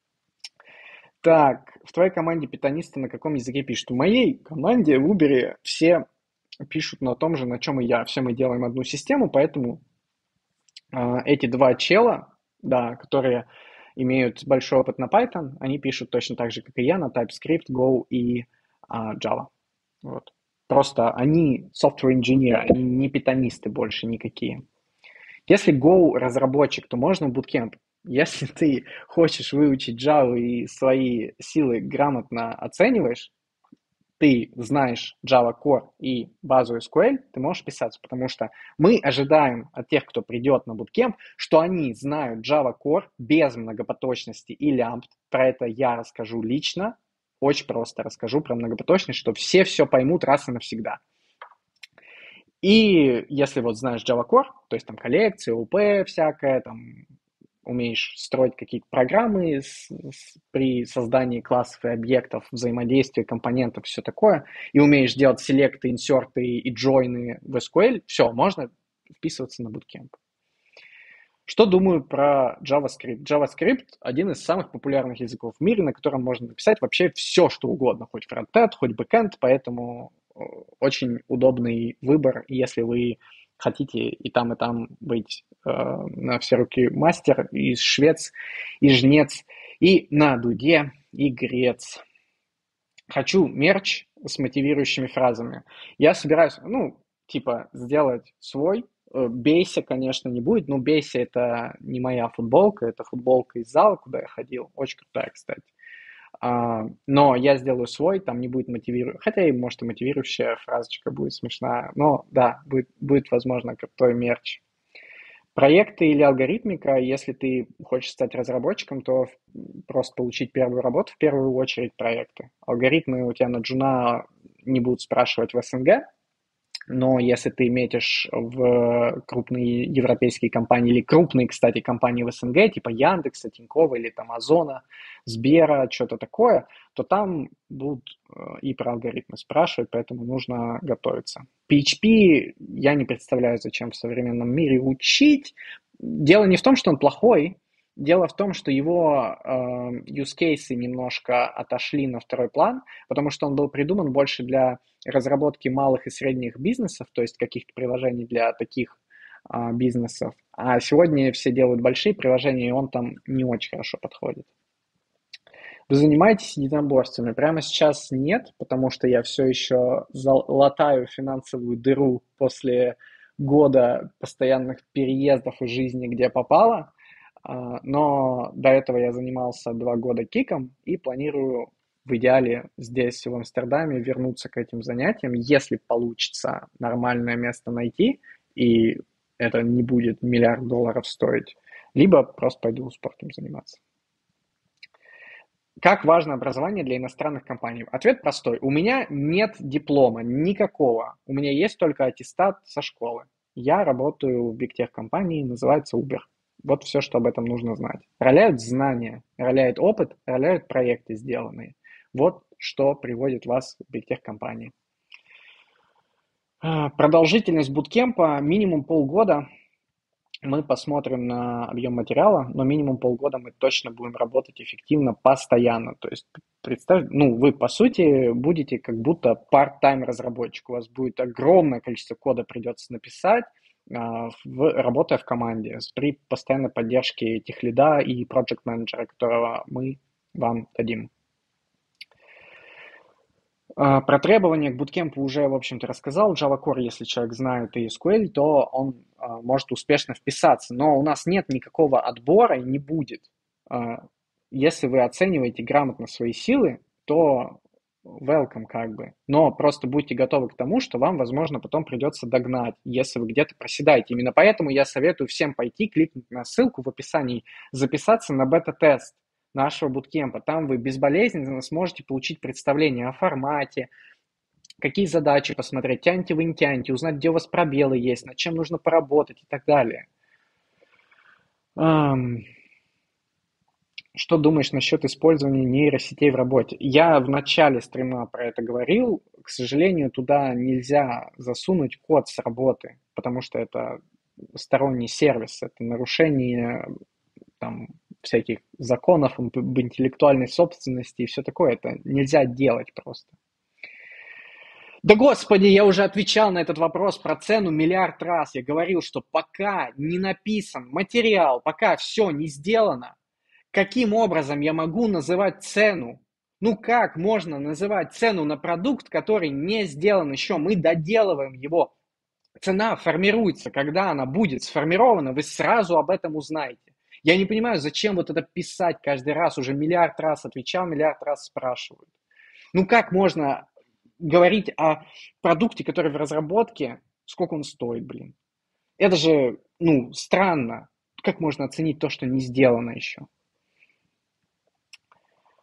Так, в твоей команде питонисты на каком языке пишут? В моей команде в Uber все пишут на том же, на чем и я. Все мы делаем одну систему, поэтому э, эти два чела, да, которые имеют большой опыт на Python, они пишут точно так же, как и я, на TypeScript, Go и э, Java. Вот. Просто они software engineer, они не питонисты больше никакие. Если Go разработчик, то можно bootcamp. Если ты хочешь выучить Java и свои силы грамотно оцениваешь, ты знаешь Java Core и базу эс ку эль, ты можешь писаться, потому что мы ожидаем от тех, кто придет на bootcamp, что они знают Java Core без многопоточности и лямбд. Про это я расскажу лично. очень просто расскажу про многопоточность, что все все поймут раз и навсегда. И если вот знаешь Java Core, то есть там коллекции, о пи всякое, там умеешь строить какие-то программы с, с, при создании классов и объектов, взаимодействия компонентов, все такое, и умеешь делать селекты, инсерты и джойны в эс ку эль, все, можно вписываться на Bootcamp. Что думаю про JavaScript? JavaScript – один из самых популярных языков в мире, на котором можно написать вообще все, что угодно, хоть фронтенд, хоть бэкенд, поэтому очень удобный выбор, если вы хотите и там, и там быть э, на все руки мастер, и швец, и жнец, и на дуде, и грец. Хочу мерч с мотивирующими фразами. Я собираюсь, ну, типа, сделать свой. Бейся, конечно, не будет, но Бейся — это не моя футболка, это футболка из зала, куда я ходил. Очень крутая, кстати. А, но я сделаю свой, там не будет мотивирующая, хотя и, может, и мотивирующая фразочка будет смешная. Но да, будет, будет возможно, крутой мерч. Проекты или алгоритмика, если ты хочешь стать разработчиком, то просто получить первую работу, в первую очередь проекты. Алгоритмы у тебя на джуна не будут спрашивать в эс эн гэ, но если ты метишь в крупные европейские компании или крупные, кстати, компании в эс эн гэ, типа Яндекса, Тинькова или там Озона, Сбера, что-то такое, то там будут и про алгоритмы спрашивать, поэтому нужно готовиться. пи эйч пи я не представляю, зачем в современном мире учить. Дело не в том, что он плохой, дело в том, что его э, use cases немножко отошли на второй план, потому что он был придуман больше для разработки малых и средних бизнесов, то есть каких-то приложений для таких а, бизнесов. А сегодня все делают большие приложения, и он там не очень хорошо подходит. Вы занимаетесь единоборствами? Прямо сейчас нет, потому что я все еще латаю финансовую дыру после года постоянных переездов и жизни, где попало. Но до этого я занимался два года киком и планирую в идеале здесь, в Амстердаме, вернуться к этим занятиям, если получится нормальное место найти, и это не будет миллиард долларов стоить, либо просто пойду спортом заниматься. Как важно образование для иностранных компаний? Ответ простой. У меня нет диплома никакого. У меня есть только аттестат со школы. Я работаю в бигтех-компании, называется Uber. Вот все, что об этом нужно знать. Роляют знания, роляет опыт, роляют проекты сделанные. Вот что приводит вас в бигтех-компании. Продолжительность буткемпа минимум полгода. Мы посмотрим на объем материала, но минимум полгода мы точно будем работать эффективно, постоянно. То есть, представьте, ну, вы, по сути, будете как будто part-time разработчик. У вас будет огромное количество кода придется написать, в, работая в команде, при постоянной поддержке техлида и проект-менеджера, которого мы вам дадим. Про требования к буткемпу уже, в общем-то, рассказал. Java Core, если человек знает и эс ку эль, то он а, может успешно вписаться. Но у нас нет никакого отбора и не будет. А, если вы оцениваете грамотно свои силы, то welcome как бы. Но просто будьте готовы к тому, что вам, возможно, потом придется догнать, если вы где-то проседаете. Именно поэтому я советую всем пойти, кликнуть на ссылку в описании, записаться на бета-тест нашего буткемпа. Там вы безболезненно сможете получить представление о формате, какие задачи посмотреть, тянете вы, не тянете, узнать, где у вас пробелы есть, над чем нужно поработать и так далее. Что думаешь насчет использования нейросетей в работе? Я в начале стрима про это говорил. К сожалению, туда нельзя засунуть код с работы, потому что это сторонний сервис, это нарушение там, всяких законов об интеллектуальной собственности и все такое. Это нельзя делать просто. Да господи, я уже отвечал на этот вопрос про цену миллиард раз. Я говорил, что пока не написан материал, пока все не сделано, каким образом я могу называть цену? Ну как можно называть цену на продукт, который не сделан еще? Мы доделываем его. Цена формируется. Когда она будет сформирована, вы сразу об этом узнаете. Я не понимаю, зачем вот это писать каждый раз, уже миллиард раз отвечал, миллиард раз спрашивают. Ну как можно говорить о продукте, который в разработке, сколько он стоит, блин? Это же, ну, странно. Как можно оценить то, что не сделано еще?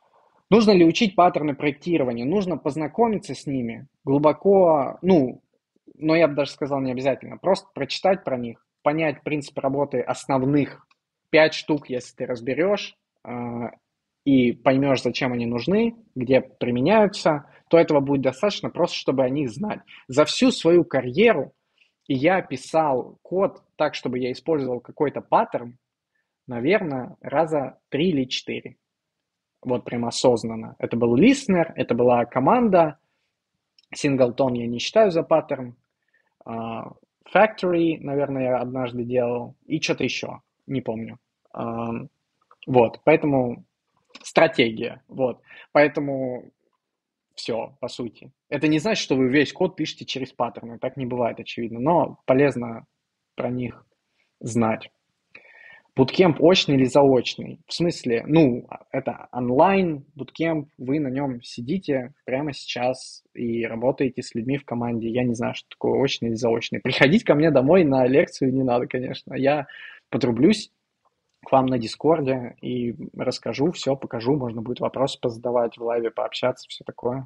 Нужно ли учить паттерны проектирования? Нужно познакомиться с ними глубоко, ну, но я бы даже сказал не обязательно. Просто прочитать про них, понять принцип работы основных пять штук, если ты разберешь э, и поймешь, зачем они нужны, где применяются, то этого будет достаточно просто, чтобы о них знать. За всю свою карьеру я писал код так, чтобы я использовал какой-то паттерн, наверное, раза три или четыре. Вот прям осознанно. Это был listener, это была команда. Singleton я не считаю за паттерн. А, Factory, наверное, я однажды делал. И что-то еще, не помню. А, Вот, поэтому стратегия. Вот, поэтому все, по сути. Это не значит, что вы весь код пишете через паттерны. Так не бывает, очевидно. Но полезно про них знать. Буткемп очный или заочный? В смысле, ну, это онлайн буткемп, вы на нем сидите прямо сейчас и работаете с людьми в команде. Я не знаю, что такое очный или заочный. Приходить ко мне домой на лекцию не надо, конечно. Я подрублюсь к вам на Дискорде и расскажу, все покажу. Можно будет вопросы позадавать в лайве, пообщаться, все такое.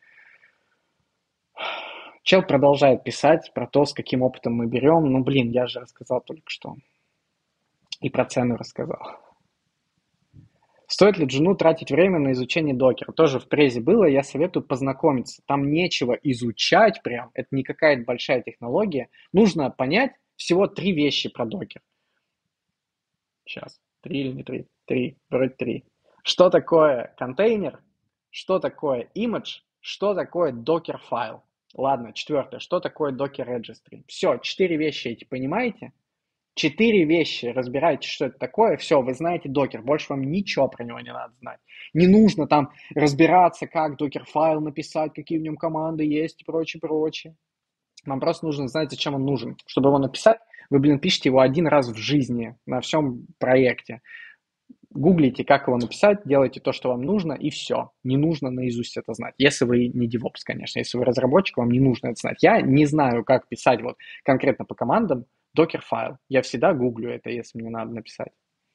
Чел продолжает писать про то, с каким опытом мы берем. Ну, блин, я же рассказал только что. И про цену рассказал. Стоит ли Джуну тратить время на изучение докера? Тоже в презе было, я советую познакомиться. Там нечего изучать прям, это не какая-то большая технология. Нужно понять всего три вещи про докер. Сейчас, три или не три? Три, вроде три. Что такое контейнер? Что такое image? Что такое докер файл? Ладно, четвертое. Что такое докер registry? Все, четыре вещи эти понимаете? Четыре вещи, разбирайте, что это такое, все, вы знаете докер, больше вам ничего про него не надо знать. Не нужно там разбираться, как докер-файл написать, какие в нем команды есть и прочее, прочее. Вам просто нужно знать, зачем он нужен. Чтобы его написать, вы, блин, пишете его один раз в жизни на всем проекте. Гуглите, как его написать, делайте то, что вам нужно, и все. Не нужно наизусть это знать. Если вы не DevOps, конечно. Если вы разработчик, вам не нужно это знать. Я не знаю, как писать вот конкретно по командам докер-файл. Я всегда гуглю это, если мне надо написать.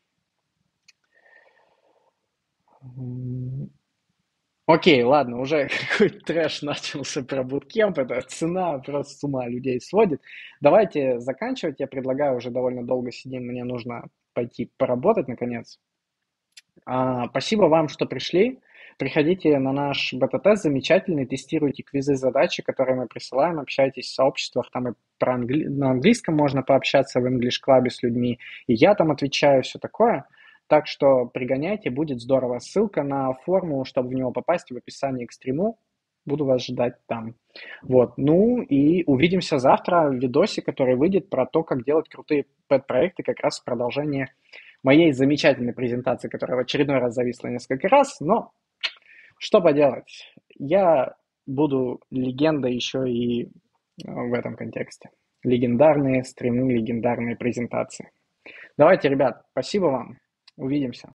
Окей, ладно, уже какой-то трэш начался про буткемп, это цена просто с ума людей сводит. Давайте заканчивать, я предлагаю, уже довольно долго сидим, мне нужно пойти поработать наконец. А, спасибо вам, что пришли. Приходите на наш бета-тест замечательный, тестируйте квизы, задачи, которые мы присылаем, общайтесь в сообществах, там и про англи... на английском можно пообщаться в English Club с людьми, и я там отвечаю, все такое. Так что пригоняйте, будет здорово. Ссылка на форму, чтобы в него попасть, в описании к стриму. Буду вас ждать там. Вот. Ну и увидимся завтра в видосе, который выйдет про то, как делать крутые пэт-проекты, как раз в продолжение моей замечательной презентации, которая в очередной раз зависла несколько раз, но что поделать, я буду легендой еще и в этом контексте. Легендарные стримы, легендарные презентации. Давайте, ребят, спасибо вам, увидимся.